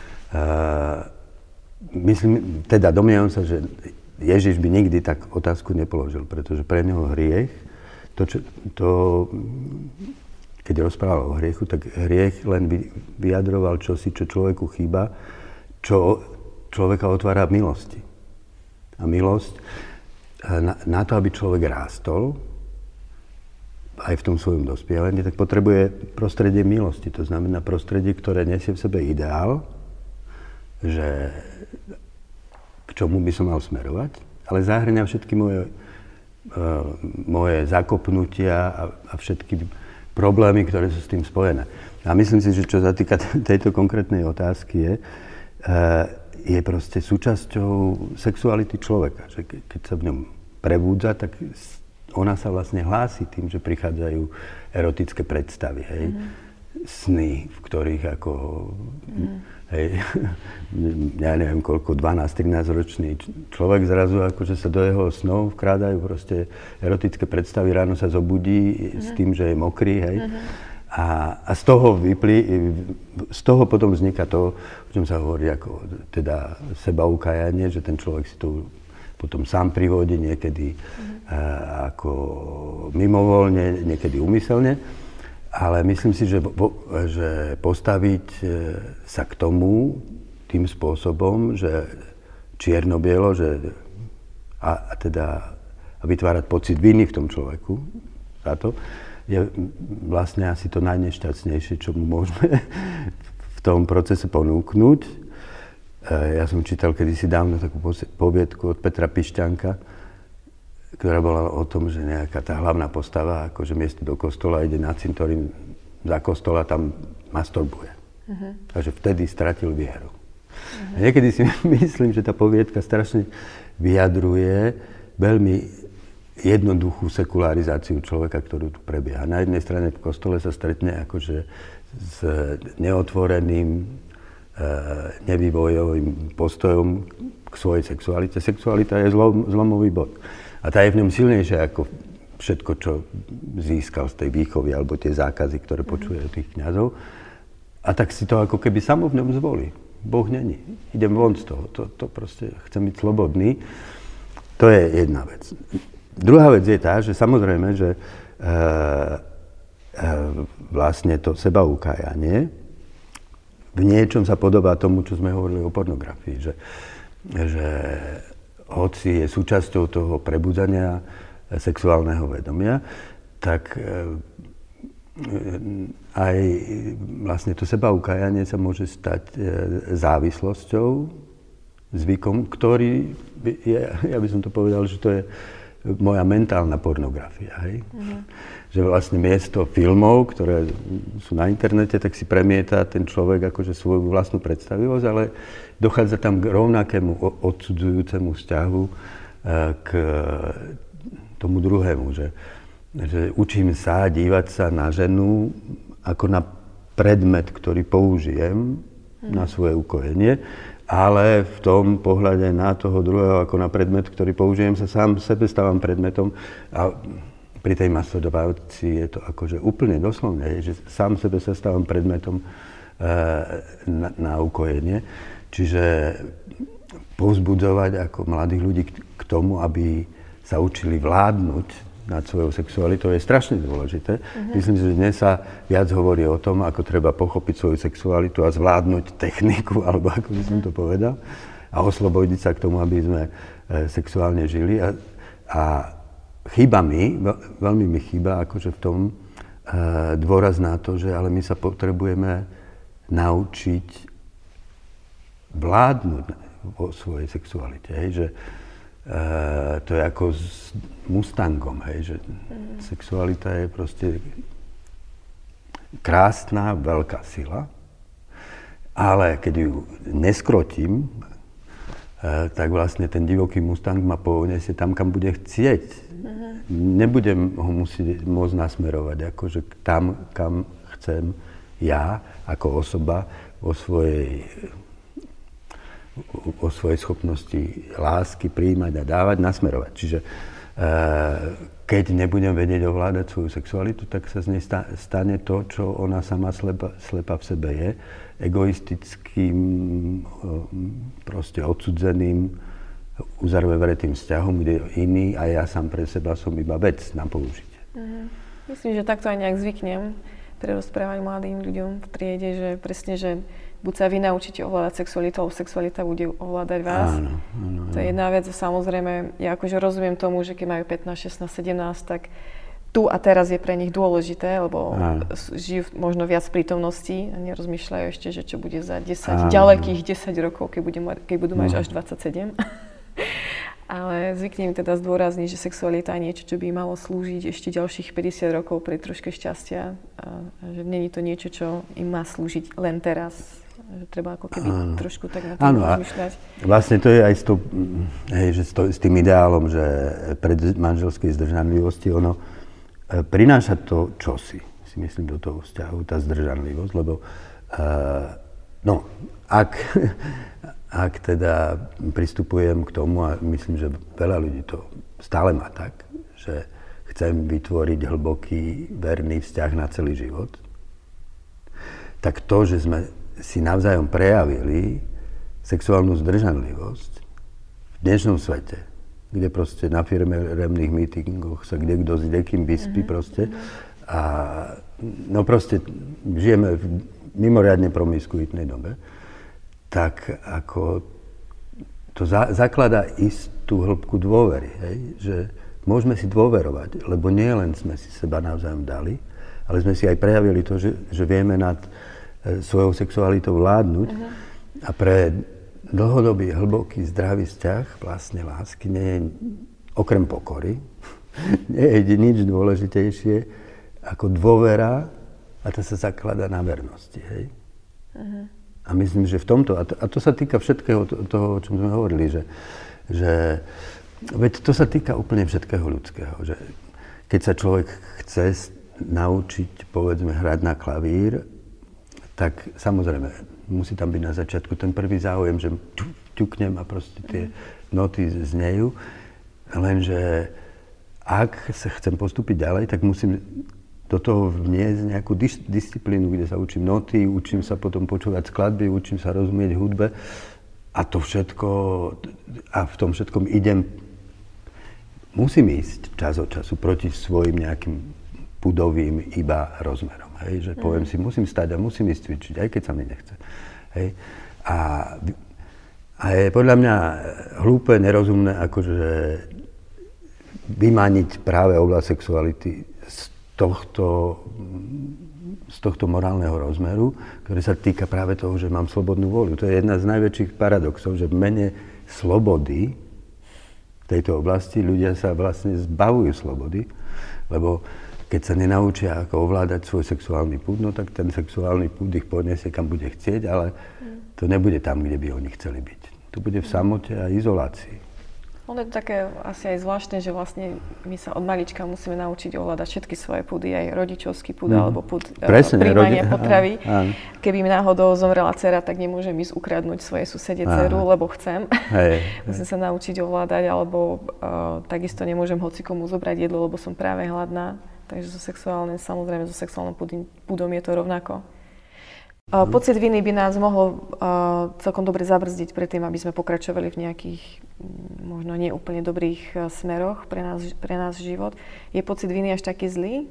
B: myslím, teda domnievam sa, že Ježiš by nikdy tak otázku nepoložil, pretože pre neho hriech, to, čo, to, keď rozprával o hriechu, tak hriech len vyjadroval čosi, čo človeku chýba, čo človeka otvára v milosti. A milosť, na, na to, aby človek rástol, aj v tom svojom dospievaní, tak potrebuje prostredie milosti. To znamená prostredie, ktoré nesie v sebe ideál, že k čomu by som mal smerovať, ale zahrňa všetky moje, uh, moje zakopnutia a, a všetky problémy, ktoré sú s tým spojené. A myslím si, že čo sa týka tejto konkrétnej otázky je, uh, je proste súčasťou sexuality človeka. Že ke, keď sa v ňom prebúdza, tak ona sa vlastne hlási tým, že prichádzajú erotické predstavy, hej. Mm. Sny, v ktorých ako, mm. hej, ja neviem koľko, dvanásť trinásť ročný človek zrazu akože sa do jeho snov vkrádajú proste erotické predstavy, ráno sa zobudí mm. s tým, že je mokrý, hej. Mm. A, a z toho vyplí, z toho potom vzniká to, o čom sa hovorí ako teda sebaukajanie, že ten človek si to potom sám privodí, niekedy mm. a, ako mimovoľne, niekedy úmyselne. Ale myslím si, že, že postaviť sa k tomu tým spôsobom, že čierno-bielo, že a, a teda a vytvárať pocit viny v tom človeku za to, je vlastne asi to najnešťastnejšie, čo mu môžeme v tom procese ponúknuť. Ja som čítal kedysi dávno takú poviedku od Petra Pišťanka, ktorá bola o tom, že nejaká tá hlavná postava akože miesto do kostola ide na cintorín za kostola, tam masturbuje. Uh-huh. Takže vtedy stratil vieru. Uh-huh. A niekedy si myslím, že tá poviedka strašne vyjadruje veľmi jednoduchú sekularizáciu človeka, ktorú tu prebieha. Na jednej strane v kostole sa stretne akože s neotvoreným, nevývojovým postojom k svojej sexualite. Sexualita je zlom, zlomový bod. A tá je v ňom silnejšia ako všetko, čo získal z tej výchovy alebo tie zákazy, ktoré počuje od tých kňazov. A tak si to ako keby samo v ňom zvolí. Boh není. Idem von z toho. To, to proste chcem byť slobodný. To je jedna vec. Druhá vec je tá, že samozrejme, že e, e, vlastne to sebaukájanie v niečom sa podobá tomu, čo sme hovorili o pornografii. Že, že hoci je súčasťou toho prebudzania sexuálneho vedomia, tak aj vlastne to sebaukájanie sa môže stať závislosťou, zvykom, ktorý je, ja by som to povedal, že to je moja mentálna pornografia. Hej? Mm-hmm. Že vlastne miesto filmov, ktoré sú na internete, tak si premieta ten človek akože svoju vlastnú predstavivosť, ale dochádza tam k rovnakému odsudzujúcemu vzťahu k tomu druhému, že, že učím sa dívať sa na ženu ako na predmet, ktorý použijem mm. na svoje ukojenie, ale v tom pohľade na toho druhého ako na predmet, ktorý použijem, sa sám sebe stávam predmetom. A pri tej masturbácii je to akože úplne doslovne, že sám sebe sa stávam predmetom e, na, na ukojenie. Čiže povzbudzovať ako mladých ľudí k, k tomu, aby sa učili vládnuť nad svojou sexualitou, je strašne dôležité. Uh-huh. Myslím si, že dnes sa viac hovorí o tom, ako treba pochopiť svoju sexualitu a zvládnuť techniku, alebo ako by som to povedal, a oslobodiť sa k tomu, aby sme e, sexuálne žili. A, a chýba mi, veľmi mi chýba akože v tom e, dôraz na to, že ale my sa potrebujeme naučiť vládnuť vo svojej sexualite. Hej, že Uh, to je ako s Mustangom, hej, že mm. sexualita je proste krásna, veľká sila, ale keď ju neskrotím, uh, tak vlastne ten divoký Mustang ma poniesie tam, kam bude chcieť. Mm. Nebudem ho musieť môcť nasmerovať, akože tam, kam chcem ja, ako osoba, vo svojej o svojej schopnosti lásky prijímať a dávať, nasmerovať. Čiže e, keď nebudem vedieť ovládať svoju sexualitu, tak sa z nej stane to, čo ona sama slepa, slepa v sebe je, egoistickým, proste odsudzeným, uzarvevretým vzťahom, kde iný a ja sám pre seba som iba vec na použitie. Mhm.
A: Myslím, že takto aj nejak zvyknem prerozprávať mladým ľuďom v triede, že presne, že buď sa vy naučíte ovládať sexualitu, alebo sexualita bude ovládať vás.
B: Áno, áno, áno.
A: To je jedna vec. Samozrejme, ja akože rozumiem tomu, že keď majú pätnásť, šestnásť, sedemnásť, tak tu a teraz je pre nich dôležité, lebo áno. žijú možno viac prítomností a nerozmýšľajú ešte, že čo bude za desať, áno. ďalekých desať rokov, keď, bude, keď budú mať no. až dvadsaťsedem. Ale zvyknem teda zdôrazniť, že sexualita je niečo, čo by malo slúžiť ešte ďalších päťdesiat rokov pri troške šťastia. A že nie je to niečo, čo im má slúžiť len teraz. Že treba ako keby áno. trošku tak na tým rozmýšľať.
B: Vlastne to je aj s, to, hej, že s, to, s tým ideálom, že pred manželskej zdržanlivosti ono e, prináša to čosi, si myslím, do toho vzťahu, tá zdržanlivosť, lebo e, no, ak, ak teda pristupujem k tomu, a myslím, že veľa ľudí to stále má tak, že chcem vytvoriť hlboký, verný vzťah na celý život, tak to, že sme si navzájom prejavili sexuálnu zdržanlivosť v dnešnom svete, kde proste na firemných meetingoch sa kde kto s dekým vyspí mm-hmm. proste a no proste žijeme v mimoriadne promiskuitnej dobe, tak ako to za, zakladá istú hĺbku dôvery, hej? Že môžeme si dôverovať, lebo nie len sme si seba navzájom dali, ale sme si aj prejavili to, že, že vieme nad e, svojou sexualitou vládnuť. Uh-huh. A pre dlhodobý, hlboký, zdravý vzťah vlastne lásky nie je, okrem pokory, nie je nič dôležitejšie ako dôvera, a to sa zakladá na vernosti, hej? Uh-huh. A myslím, že v tomto, a to, a to sa týka všetkého toho, o čom sme hovorili, že, že veď to sa týka úplne všetkého ľudského, že keď sa človek chce naučiť, povedzme, hrať na klavír, tak samozrejme, musí tam byť na začiatku ten prvý záujem, že ťuknem a proste tie noty znejú, lenže ak sa chcem postúpiť ďalej, tak musím do toho vniesť nejakú dis- disciplínu, kde sa učím noty, učím sa potom počúvať skladby, učím sa rozumieť hudbe a to všetko, a v tom všetkom idem, musím ísť čas od času proti svojim nejakým pudovým iba rozmerom, hej, že mm. poviem si, musím stať a musím ísť cvičiť, aj keď sa mi nechce, hej. A, a je podľa mňa hlúpe, nerozumné, akože vymaniť práve oblasť sexuality z tohto, z tohto morálneho rozmeru, ktorý sa týka práve toho, že mám slobodnú voľu. To je jedna z najväčších paradoxov, že v mene slobody v tejto oblasti ľudia sa vlastne zbavujú slobody, lebo keď sa nenaučia, ako ovládať svoj sexuálny púd, no tak ten sexuálny púd ich poniesie, kam bude chcieť, ale to nebude tam, kde by oni chceli byť. To bude v samote a izolácii.
A: Ono je to také asi aj zvláštne, že vlastne my sa od malička musíme naučiť ovládať všetky svoje púdy, aj rodičovský púd, mm. alebo púd príjmania potravy. Áno. Keby mi náhodou zomrela dcera, tak nemôžem ísť ukradnúť svojej susede dceru, lebo chcem. Hej, musím hej. sa naučiť ovládať, alebo uh, takisto nemôžem hocikomu zobrať jedlo, lebo som práve hladná. Takže so sexuálnym, samozrejme so sexuálnym púdom je to rovnako. Uh, pocit viny by nás mohol uh, celkom dobre zabrzdiť predtým, aby sme pokračovali v nejakých m, možno nie úplne dobrých uh, smeroch pre nás, pre nás život. Je pocit viny až taký zlý?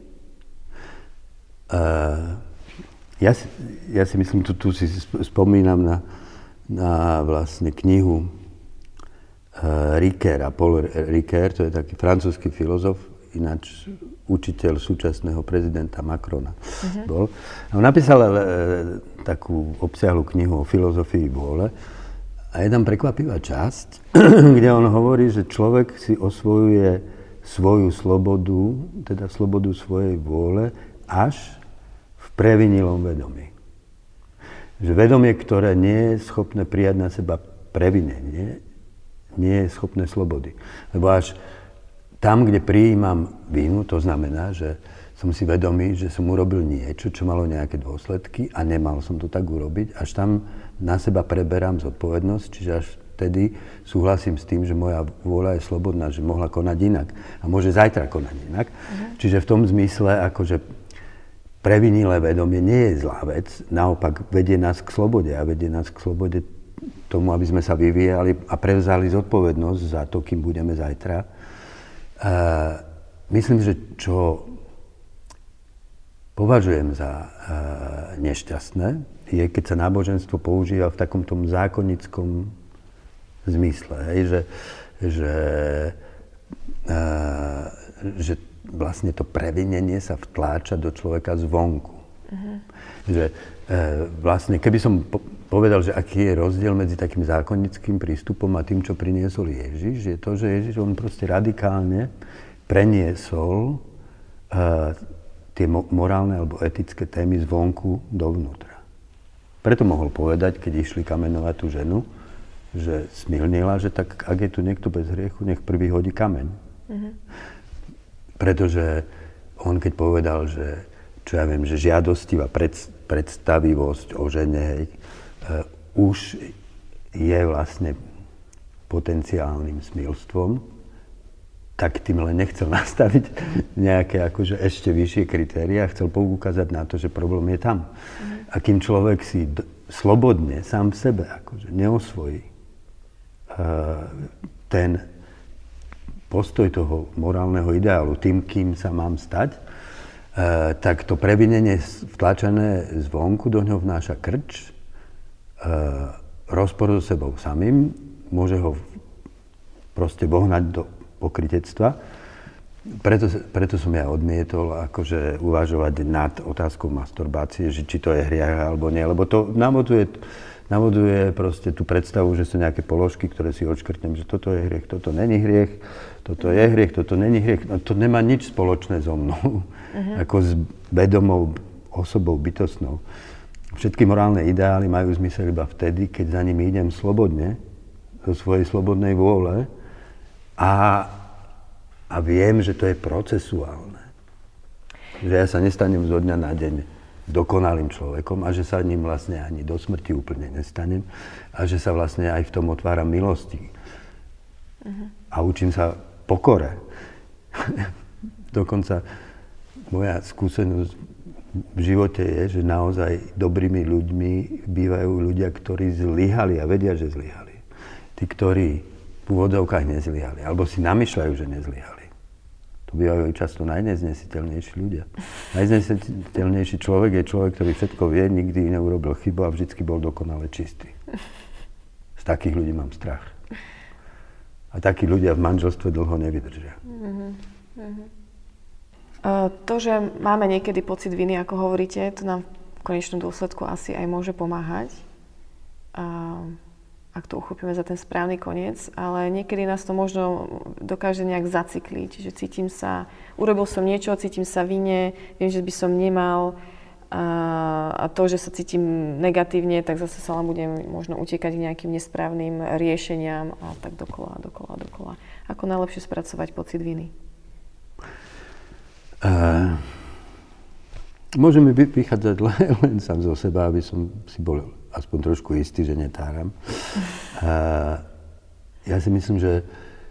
B: Uh, ja, si, ja si myslím, tu, tu si spomínam na, na vlastne knihu uh, Ricoeur, Paul Ricoeur, to je taký francúzsky filozof, ináč učiteľ súčasného prezidenta Macrona uh-huh. bol. A on napísal e, takú obsiahlu knihu o filozofii vôle a je tam prekvapivá časť, kde on hovorí, že človek si osvojuje svoju slobodu, teda slobodu svojej vôle, až v previnilom vedomí. Že vedomie, ktoré nie je schopné prijať na seba previnenie, nie je schopné slobody. Lebo až tam, kde prijímam vinu, to znamená, že som si vedomý, že som urobil niečo, čo malo nejaké dôsledky a nemal som to tak urobiť, až tam na seba preberám zodpovednosť, čiže až vtedy súhlasím s tým, že moja vôľa je slobodná, že mohla konať inak a môže zajtra konať inak. Uh-huh. Čiže v tom zmysle, akože previnilé vedomie nie je zlá vec, naopak vedie nás k slobode a vedie nás k slobode tomu, aby sme sa vyvíjali a prevzali zodpovednosť za to, kým budeme zajtra. Uh, myslím, že čo považujem za uh, nešťastné, je, keď sa náboženstvo používa v takom tom zákonnickom zmysle, hej, že, že, uh, že vlastne to previnenie sa vtláča do človeka zvonku. Uh-huh. Že uh, vlastne, keby som po- povedal, že aký je rozdiel medzi takým zákonnickým prístupom a tým, čo priniesol Ježiš, je to, že Ježiš, on proste radikálne preniesol uh, tie mo- morálne alebo etické témy zvonku dovnútra. Preto mohol povedať, keď išli kamenovať tú ženu, že smilnila, že tak, ak je tu niekto bez hriechu, nech prvý hodí kameň. Uh-huh. Pretože on keď povedal, že čo ja viem, že žiadostivá pred, predstavivosť o žene, hej, Uh, už je vlastne potenciálnym smilstvom, tak tým len nechcel nastaviť nejaké akože ešte vyššie kritériá, chcel poukázať na to, že problém je tam. Mm. A kým človek si d- slobodne, sám v sebe, akože neosvojí uh, ten postoj toho morálneho ideálu, tým, kým sa mám stať, tak to previnenie vtlačené zvonku do ňoho vnáša krč, e, rozpor so sebou samým, môže ho proste vohnať do pokrytectva. Preto, preto som ja odmietol akože uvažovať nad otázkou masturbácie, že či to je hriech alebo nie, lebo to navoduje, navoduje proste tú predstavu, že sú nejaké položky, ktoré si odškrtnem, že toto je hriech, toto není hriech, toto je hriech, toto není hriech. No, to nemá nič spoločné so mnou, uh-huh. ako s vedomou osobou, bytostnou. Všetky morálne ideály majú zmysel iba vtedy, keď za nimi idem slobodne, zo svojej slobodnej vôle a A viem, že to je procesuálne. Že ja sa nestanem zo dňa na deň dokonalým človekom a že sa ním vlastne ani do smrti úplne nestanem a že sa vlastne aj v tom otváram milosti. Uh-huh. A učím sa pokore. Dokonca moja skúsenosť v živote je, že naozaj dobrými ľuďmi bývajú ľudia, ktorí zlyhali a vedia, že zlyhali. Tí, ktorí v úvodzovkách nezlyhali, alebo si namýšľajú, že nezlyhali. Bývajú často najneznesiteľnejší ľudia. Najznesiteľnejší človek je človek, ktorý všetko vie, nikdy neurobil chybu a vždycky bol dokonale čistý. Z takých ľudí mám strach. A takí ľudia v manželstve dlho nevydržia. Uh-huh. Uh-huh. Uh, to, že máme niekedy pocit viny, ako hovoríte, to nám v konečnom dôsledku asi aj môže pomáhať. Uh, ak to uchopíme za ten správny koniec, ale niekedy nás to možno dokáže nejak zacykliť, že cítim sa, urobil som niečo, cítim sa vine, viem, že by som nemal a, a to, že sa cítim negatívne, tak zase sa len budem možno utekať k nejakým nesprávnym riešeniam a tak dokola, dokola, dokola. Ako najlepšie spracovať pocit viny? Uh, môžeme vychádzať len, len sám zo seba, aby som si bol aspoň trošku istý, že netáram. Uh, ja si myslím, že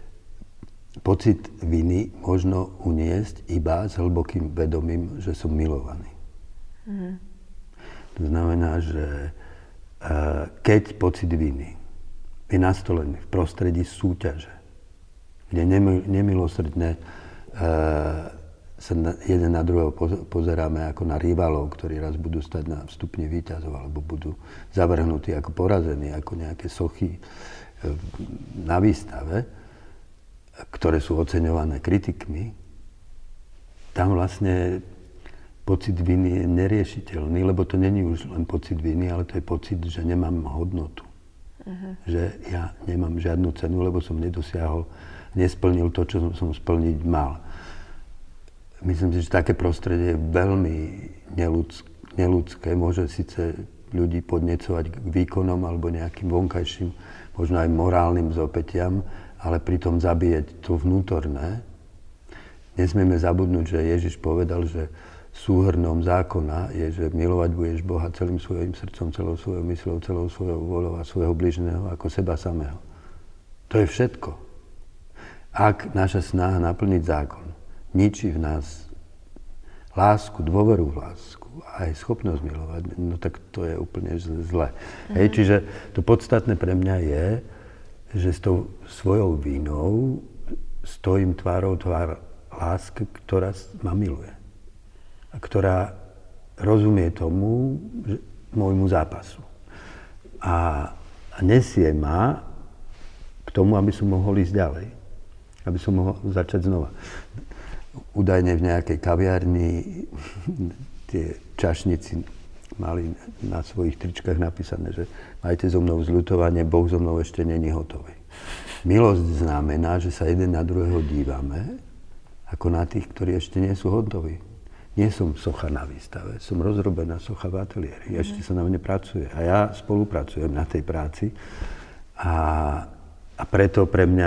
B: pocit viny možno uniesť iba s hlbokým vedomím, že som milovaný. Mm. To znamená, že uh, keď pocit viny je nastolený v prostredí súťaže, kde nemil, nemilosrdne uh, sa na, jeden na druhého pozeráme ako na rivalov, ktorí raz budú stať na stupni víťazov, alebo budú zavrhnutí ako porazení, ako nejaké sochy na výstave, ktoré sú oceňované kritikmi. Tam vlastne pocit viny je neriešiteľný, lebo to není už len pocit viny, ale to je pocit, že nemám hodnotu. Uh-huh. Že ja nemám žiadnu cenu, lebo som nedosiahol, nesplnil to, čo som splniť mal. Myslím si, že také prostredie je veľmi neludské, neludské. Môže síce ľudí podnecovať k výkonom alebo nejakým vonkajším, možno aj morálnym zopetiam, ale pritom zabíjať to vnútorné. Nesmieme zabudnúť, že Ježiš povedal, že súhrnom zákona je, že milovať budeš Boha celým svojím srdcom, celou svojou mysľou, celou svojou vôľou a svojho bližného ako seba samého. To je všetko. Ak naša snaha naplniť zákon ničí v nás lásku, dôveru v lásku a aj schopnosť milovať, no tak to je úplne zle. Mm-hmm. Hej, čiže to podstatné pre mňa je, že s tou svojou vinou stojím tvárou tvár lásky, ktorá ma miluje. A ktorá rozumie tomu, že, môjmu zápasu. A, a nesie ma k tomu, aby som mohol ísť ďalej. Aby som mohol začať znova. Údajne v nejakej kaviarni tie čašníci mali na svojich tričkách napísané, že majte so mnou zľutovanie, Boh so mnou ešte není hotový. Milosť znamená, že sa jeden na druhého dívame, ako na tých, ktorí ešte nie sú hotoví. Nie som socha na výstave, som rozrobená socha v ateliéri, mm. ešte sa na mne pracuje a ja spolupracujem na tej práci a, a preto pre mňa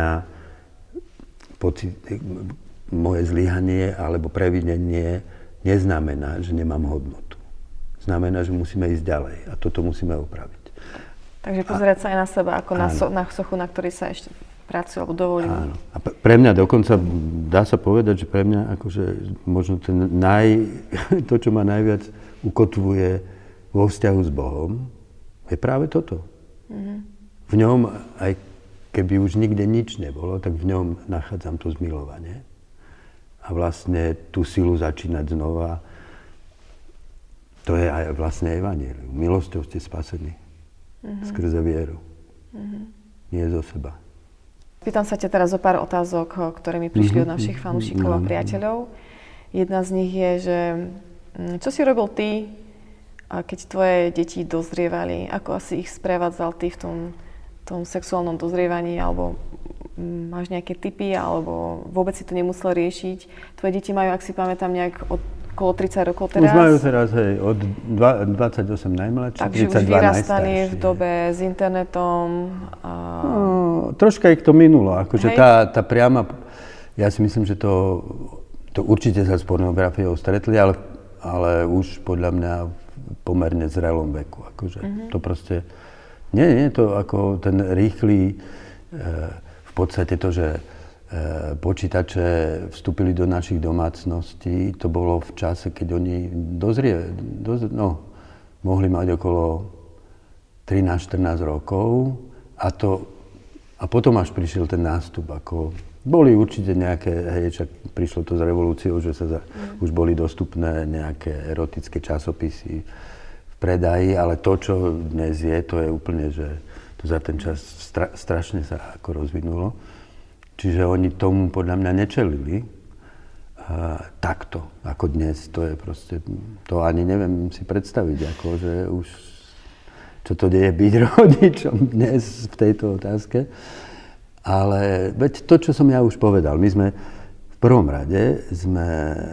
B: pocit, moje zlyhanie alebo previnenie neznamená, že nemám hodnotu. Znamená, že musíme ísť ďalej a toto musíme upraviť. Takže pozerať a, sa aj na seba ako na, so, na sochu, na ktorej sa ešte pracuje alebo dovolím. Áno. A pre mňa dokonca dá sa povedať, že pre mňa akože možno ten naj, to, čo ma najviac ukotvuje vo vzťahu s Bohom, je práve toto. Mm-hmm. V ňom, aj keby už nikde nič nebolo, tak v ňom nachádzam to zmilovanie. a vlastne tú silu začínať znova. To je aj vlastne evanjelium. Milosťou ste spasení. Mm-hmm. Skrze vieru. Mm-hmm. Nie zo seba.
A: Pýtam sa ťa teraz o pár otázok, ktoré mi prišli mm-hmm. od našich fanúšikov mm-hmm. a priateľov. Jedna z nich je, že čo si robil ty, keď tvoje deti dozrievali? Ako asi ich sprevádzal ty v tom, tom sexuálnom dozrievaní? Alebo máš nejaké tipy? Alebo vôbec si to nemusel riešiť? Tvoje deti majú, ak si pamätám, nejak od okolo tridsať rokov teraz?
B: Už majú teraz, hej, od dvadsaťosem najmladší,
A: takže
B: tridsaťdva
A: už vyrastali
B: najstarší.
A: v dobe s internetom. A...
B: No, troška ich to minulo. Akože tá, tá priama, ja si myslím, že to, to určite sa s pornografiou stretli, ale, ale už podľa mňa v pomerne zrelom veku. Akože mm-hmm. to proste, nie, nie, to ako ten rýchly, e, v podstate to, že počítače vstúpili do našich domácností, to bolo v čase, keď oni dozrie, dozrie no, mohli mať okolo trinásť štrnásť rokov a, to, a potom až prišiel ten nástup. Ako, boli určite nejaké, hej, čak prišlo to s revolúciou, že sa za, mm. už boli dostupné nejaké erotické časopisy v predaji, ale to, čo dnes je, to je úplne, že to za ten čas stra, strašne sa ako rozvinulo. Čiže oni tomu podľa mňa nečelili uh, takto, ako dnes. To je proste, to ani neviem si predstaviť, ako, že už, čo to deje byť rodičom dnes v tejto otázke. Ale veď to, čo som ja už povedal, my sme v prvom rade sme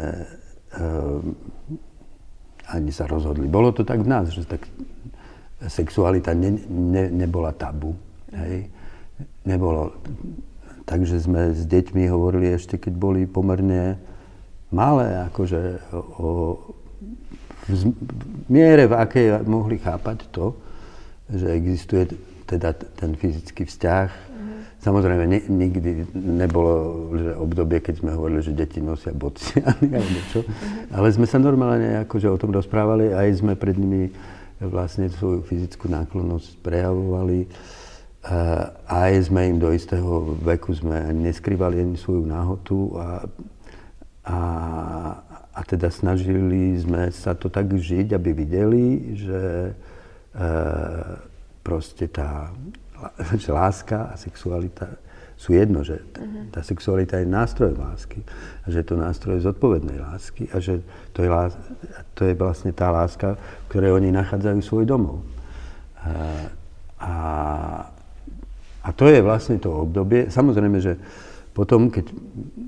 B: uh, ani sa rozhodli. Bolo to tak v nás, že tak sexualita ne, ne, nebola tabu. Hej? Nebolo... Takže sme s deťmi hovorili ešte, keď boli pomerne malé, akože o, v miere, v akej mohli chápať to, že existuje teda ten fyzický vzťah. Mm. Samozrejme, ne, nikdy nebolo že obdobie, keď sme hovorili, že deti nosia bociany alebo čo, mm. ale sme sa normálne akože o tom rozprávali, aj sme pred nimi vlastne svoju fyzickú náklonnosť prejavovali. Uh, aj sme im do istého veku sme neskrývali ani svoju náhotu a, a, a teda snažili sme sa to tak žiť, aby videli, že uh, proste tá že láska a sexualita sú jedno, že t- tá sexualita je nástroj lásky a že je to nástroj zodpovednej lásky a že to je, lás- to je vlastne tá láska, v ktorej oni nachádzajú svoj domov. Uh, a A to je vlastne to obdobie. Samozrejme, že potom, keď e,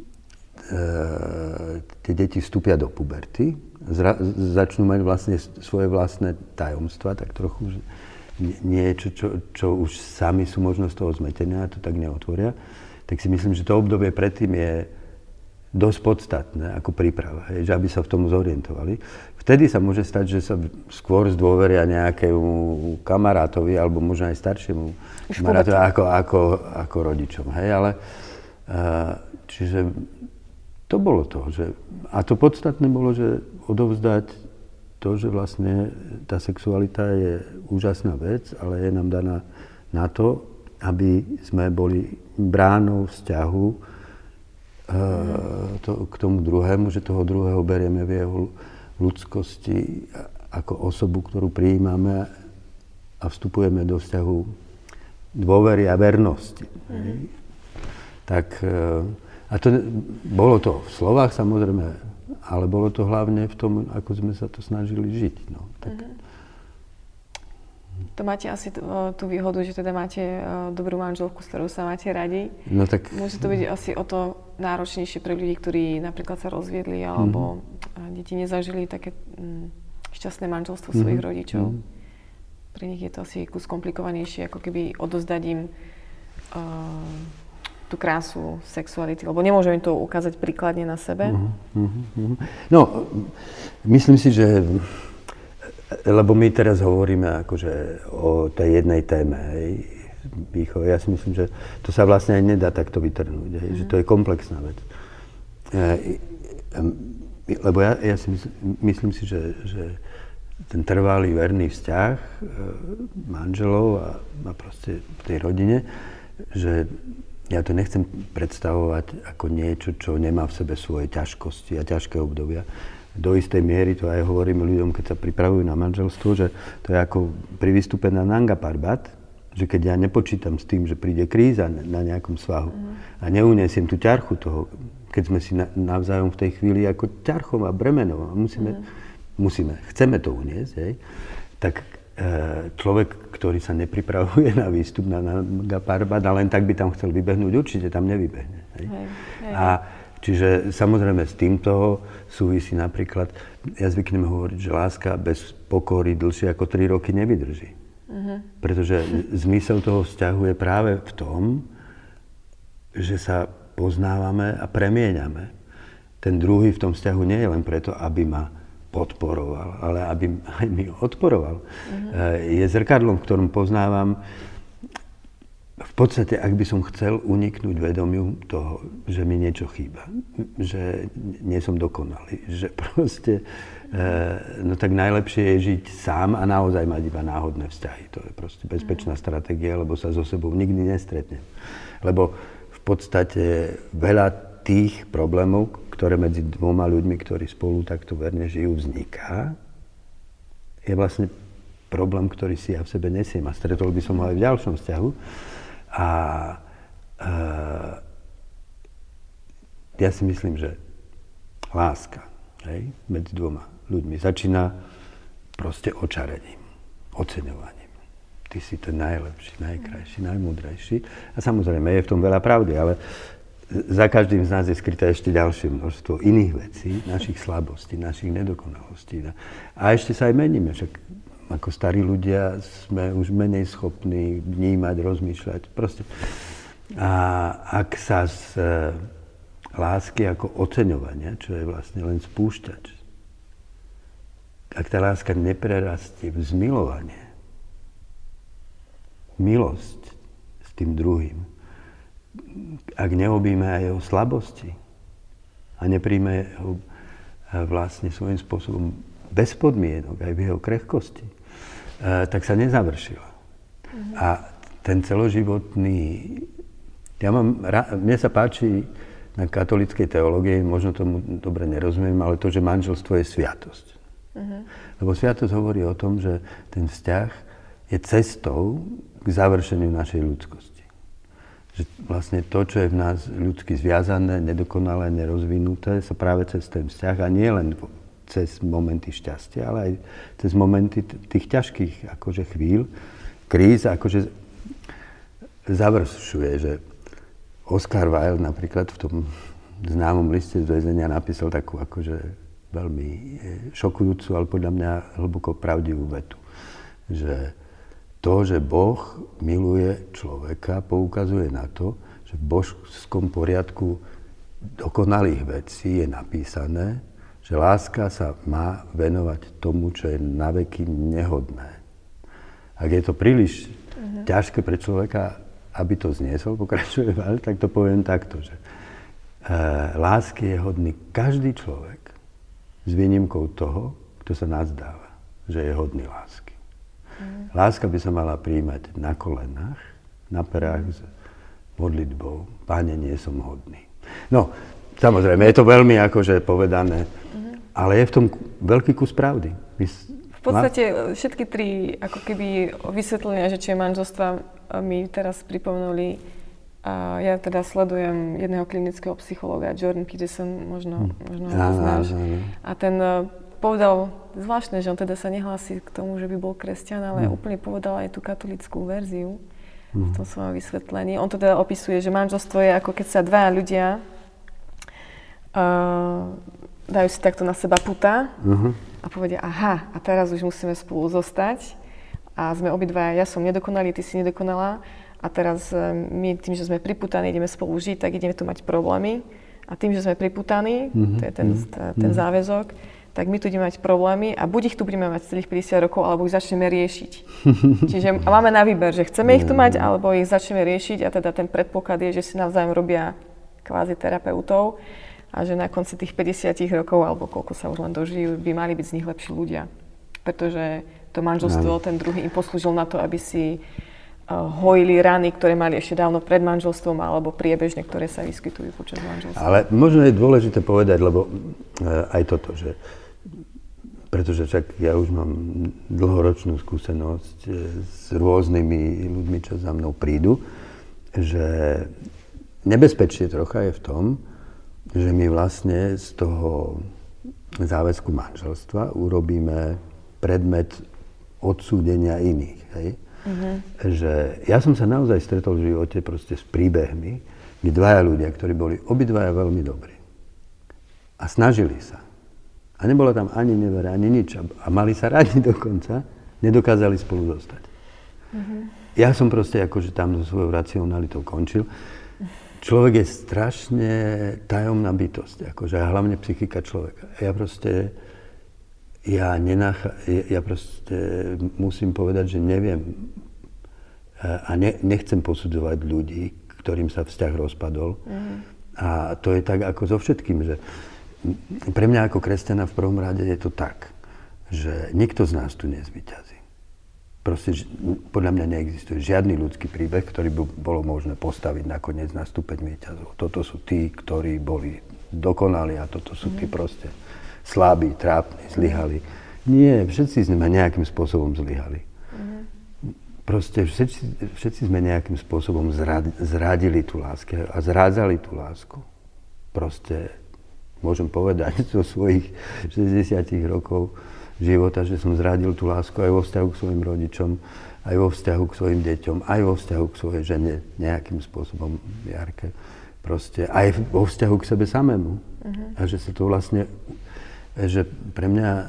B: tie deti vstúpia do puberty, zra, začnú mať vlastne svoje vlastné tajomstvá, tak trochu, že niečo, čo, čo už sami sú možno z toho zmetenia a to tak neotvoria, tak si myslím, že to obdobie predtým je dosť podstatné ako príprava, hej, že aby sa v tom zorientovali. Vtedy sa môže stať, že sa skôr zdôveria nejakému kamarátovi alebo možno aj staršiemu kamarátovi ako, ako, ako rodičom. Hej, ale, čiže to bolo to. Že, a to podstatné bolo, že odovzdať to, že vlastne tá sexualita je úžasná vec, ale je nám daná na to, aby sme boli bránou vzťahu to, k tomu druhému, že toho druhého berieme v jeho ľudskosti ako osobu, ktorú prijímame a vstupujeme do vzťahu dôvery a vernosti. Mm-hmm. Tak, a to, bolo to v slovách samozrejme, ale bolo to hlavne v tom, ako sme sa to snažili žiť. No, tak. Mm-hmm. To máte asi t- tú výhodu, že teda máte uh, dobrú manželku, s ktorou sa máte radi. No tak... Môže to byť asi o to náročnejšie pre ľudí, ktorí napríklad sa rozviedli alebo mm-hmm. deti nezažili také mm, šťastné manželstvo mm-hmm. svojich rodičov. Mm-hmm. Pre nich je to asi kus komplikovanejšie, ako keby odozdať im uh, tú krásu sexuality, lebo nemôžem im to ukázať príkladne na sebe. Mm-hmm. No, myslím si, že lebo my teraz hovoríme akože o tej jednej téme, hej, výchove. Ja si myslím, že to sa vlastne aj nedá takto vytrhnúť, hej, mm. že to je komplexná vec. E, e, lebo ja, ja si myslím, myslím si, že, že ten trvalý verný vzťah e, manželov a, a proste v tej rodine, že ja to nechcem predstavovať ako niečo, čo nemá v sebe svoje ťažkosti a ťažké obdobia. Do istej miery to aj hovoríme ľuďom, keď sa pripravujú na manželstvo, že to je ako pri výstupe na Nanga Parbat, že keď ja nepočítam s tým, že príde kríza na nejakom svahu mm. a neuniesiem tú ťarchu toho, keď sme si navzájom v tej chvíli ako ťarchom a bremenom a musíme, mm. musíme, chceme to uniesť, hej, tak človek, ktorý sa nepripravuje na výstup na Nanga Parbat a len tak by tam chcel vybehnúť, určite tam nevybehne. Hej? Hej, hej. A čiže samozrejme s týmto súvisí napríklad, ja zvyknem hovoriť, že láska bez pokory dlhšie ako tri roky nevydrží. Uh-huh. Pretože zmysel toho vzťahu je práve v tom, že sa poznávame a premieňame. Ten druhý v tom vzťahu nie je len preto, aby ma podporoval, ale aby aj mi odporoval. Uh-huh. Je zrkadlom, v ktorom poznávam, v podstate, ak by som chcel uniknúť vedomiu toho, že mi niečo chýba, že nie som dokonalý, že proste, no tak najlepšie je žiť sám a naozaj mať iba náhodné vzťahy. To je proste bezpečná stratégia, lebo sa so sebou nikdy nestretnem. Lebo v podstate veľa tých problémov, ktoré medzi dvoma ľuďmi, ktorí spolu takto verne žijú, vzniká, je vlastne problém, ktorý si ja v sebe nesiem. A stretol by som ho aj v ďalšom vzťahu. A, a ja si myslím, že láska, hej, medzi dvoma ľuďmi začína proste očarením, oceňovaním. Ty si ten najlepší, najkrajší, najmúdrejší. A samozrejme, je v tom veľa pravdy, ale za každým z nás je skryté ešte ďalšie množstvo iných vecí, našich slabostí, našich nedokonalostí. A ešte sa aj meníme, však ako starí ľudia sme už menej schopní vnímať, rozmýšľať. Proste. A ak sa z e, lásky ako oceňovania, čo je vlastne len spúšťač, ak tá láska neprerastie v zmilovanie, milosť s tým druhým, ak neobíme aj jeho slabosti a nepríjme ho vlastne svojím spôsobom bez podmienok, aj v jeho krehkosti, tak sa nezavršila. Mm-hmm. A ten celoživotný... Ja mám, mne sa páči na katolíckej teológii, možno tomu dobre nerozumiem, ale to, že manželstvo je sviatosť. Mm-hmm. Lebo sviatosť hovorí o tom, že ten vzťah je cestou k završeniu našej ľudskosti. Že vlastne to, čo je v nás ľudsky zviazané, nedokonalé, nerozvinuté, sa práve cez ten vzťah a nie len cez momenty šťastia, ale aj cez momenty t- tých ťažkých akože chvíľ, kríz, akože završuje, že Oscar Wilde napríklad v tom známom liste z väzenia napísal takú akože veľmi šokujúcu, ale podľa mňa hlboko pravdivú vetu, že to, že Boh miluje človeka, poukazuje na to, že v božskom poriadku dokonalých vecí je napísané, že láska sa má venovať tomu, čo je naveky nehodné. Ak je to príliš uh-huh. ťažké pre človeka, aby to zniesol, pokračuje Val, tak to poviem takto, že e, lásky je hodný každý človek s výnimkou toho, kto sa nazdáva, že je hodný lásky. Láska by sa mala prijímať na kolenách, na perách s modlitbou. Páne, nie som hodný. No, samozrejme, je to veľmi akože povedané, uh-huh. ale je v tom veľký kus pravdy.
A: V podstate všetky tri ako keby vysvetlenia, že či je manželstva, mi teraz pripomenuli. A ja teda sledujem jedného klinického psychológa, Jordan Peterson, možno, možno ho poznáš. A ten povedal zvláštne, že on teda sa nehlási k tomu, že by bol kresťan, ale mm. úplne povedal aj tú katolícku verziu mm. v tom svojom vysvetlení. On to teda opisuje, že manželstvo je ako keď sa dvaja ľudia uh, dajú si takto na seba puta uh-huh. a povedia, aha, a teraz už musíme spolu zostať a sme obidvaja, ja som nedokonalý, ty si nedokonalá a teraz my tým, že sme priputaní, ideme spolu žiť, tak ideme tu mať problémy a tým, že sme priputaní, uh-huh. to je ten, ten, ten záväzok, tak my tu ideme mať problémy a buď ich tu budeme mať celých päťdesiat rokov, alebo ich začneme riešiť. Čiže máme na výber, že chceme ich tu mať, alebo ich začneme riešiť a teda ten predpoklad je, že si navzájom robia kvázi terapeutov a že na konci tých päťdesiat rokov, alebo koľko sa už len dožijú, by mali byť z nich lepší ľudia. Pretože to manželstvo, ten druhý im poslúžil na to, aby si hojili rany, ktoré mali ešte dávno pred manželstvom alebo priebežne, ktoré sa vyskytujú počas manželstva.
B: Ale možno je dôležité povedať, lebo aj toto, že pretože však ja už mám dlhoročnú skúsenosť s rôznymi ľuďmi, čo za mnou prídu, že nebezpečie trocha je v tom, že my vlastne z toho záväzku manželstva urobíme predmet odsúdenia iných. Hej? Uh-huh. Že ja som sa naozaj stretol v živote proste s príbehmi, kde dvaja ľudia, ktorí boli obidvaja veľmi dobrí a snažili sa. A nebola tam ani nevera, ani nič. A mali sa radi dokonca, nedokázali spolu zostať. Uh-huh. Ja som proste akože tam so svojou racionalitou končil. Človek je strašne tajomná bytosť, akože a hlavne psychika človeka. Ja proste, ja, nenachá, ja proste musím povedať, že neviem a ne, nechcem posudzovať ľudí, ktorým sa vzťah rozpadol. Uh-huh. A to je tak ako so všetkým, že pre mňa ako kresťana v prvom rade je to tak, že nikto z nás tu nezvíťazí. Proste podľa mňa neexistuje žiadny ľudský príbeh, ktorý by bolo možné postaviť nakoniec na stupeň víťazov. Toto sú tí, ktorí boli dokonali a toto sú tí proste slabí, trápni, zlyhali. Nie, všetci sme nejakým spôsobom zlyhali. Proste všetci, všetci sme nejakým spôsobom zradili tú lásku a zrádzali tú lásku. Proste môžem povedať zo svojich šesťdesiat rokov života, že som zradil tú lásku aj vo vzťahu k svojim rodičom, aj vo vzťahu k svojim deťom, aj vo vzťahu k svojej žene, nejakým spôsobom, Jarke. Proste aj vo vzťahu k sebe samému. Uh-huh. A že sa to vlastne, že pre mňa e,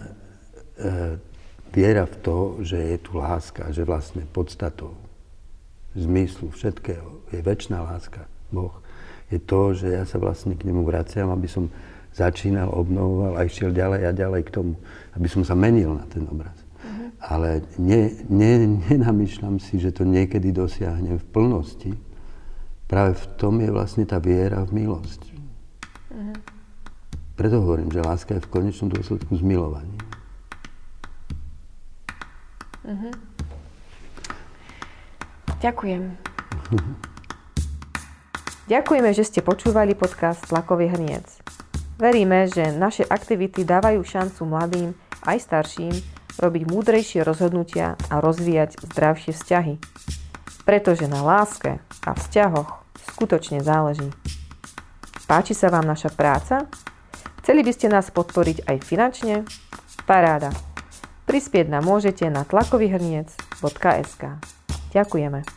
B: viera v to, že je tu láska, že vlastne podstatou zmyslu všetkého je večná láska, Boh, je to, že ja sa vlastne k nemu vraciam, aby som začínal, obnovoval a išiel ďalej a ďalej k tomu, aby som sa menil na ten obraz. Uh-huh. Ale ne, ne, nenamýšľam si, že to niekedy dosiahnem v plnosti. Práve v tom je vlastne tá viera v milosť. Uh-huh. Preto hovorím, že láska je v konečnom dôsledku zmilovaním.
A: Uh-huh. Ďakujem.
C: Ďakujeme, že ste počúvali podcast Tlakový hrniec. Veríme, že naše aktivity dávajú šancu mladým aj starším robiť múdrejšie rozhodnutia a rozvíjať zdravšie vzťahy. Pretože na láske a vzťahoch skutočne záleží. Páči sa vám naša práca? Chceli by ste nás podporiť aj finančne? Paráda. Prispieť nám môžete na tlakový hrniec bodka es ká. Ďakujeme.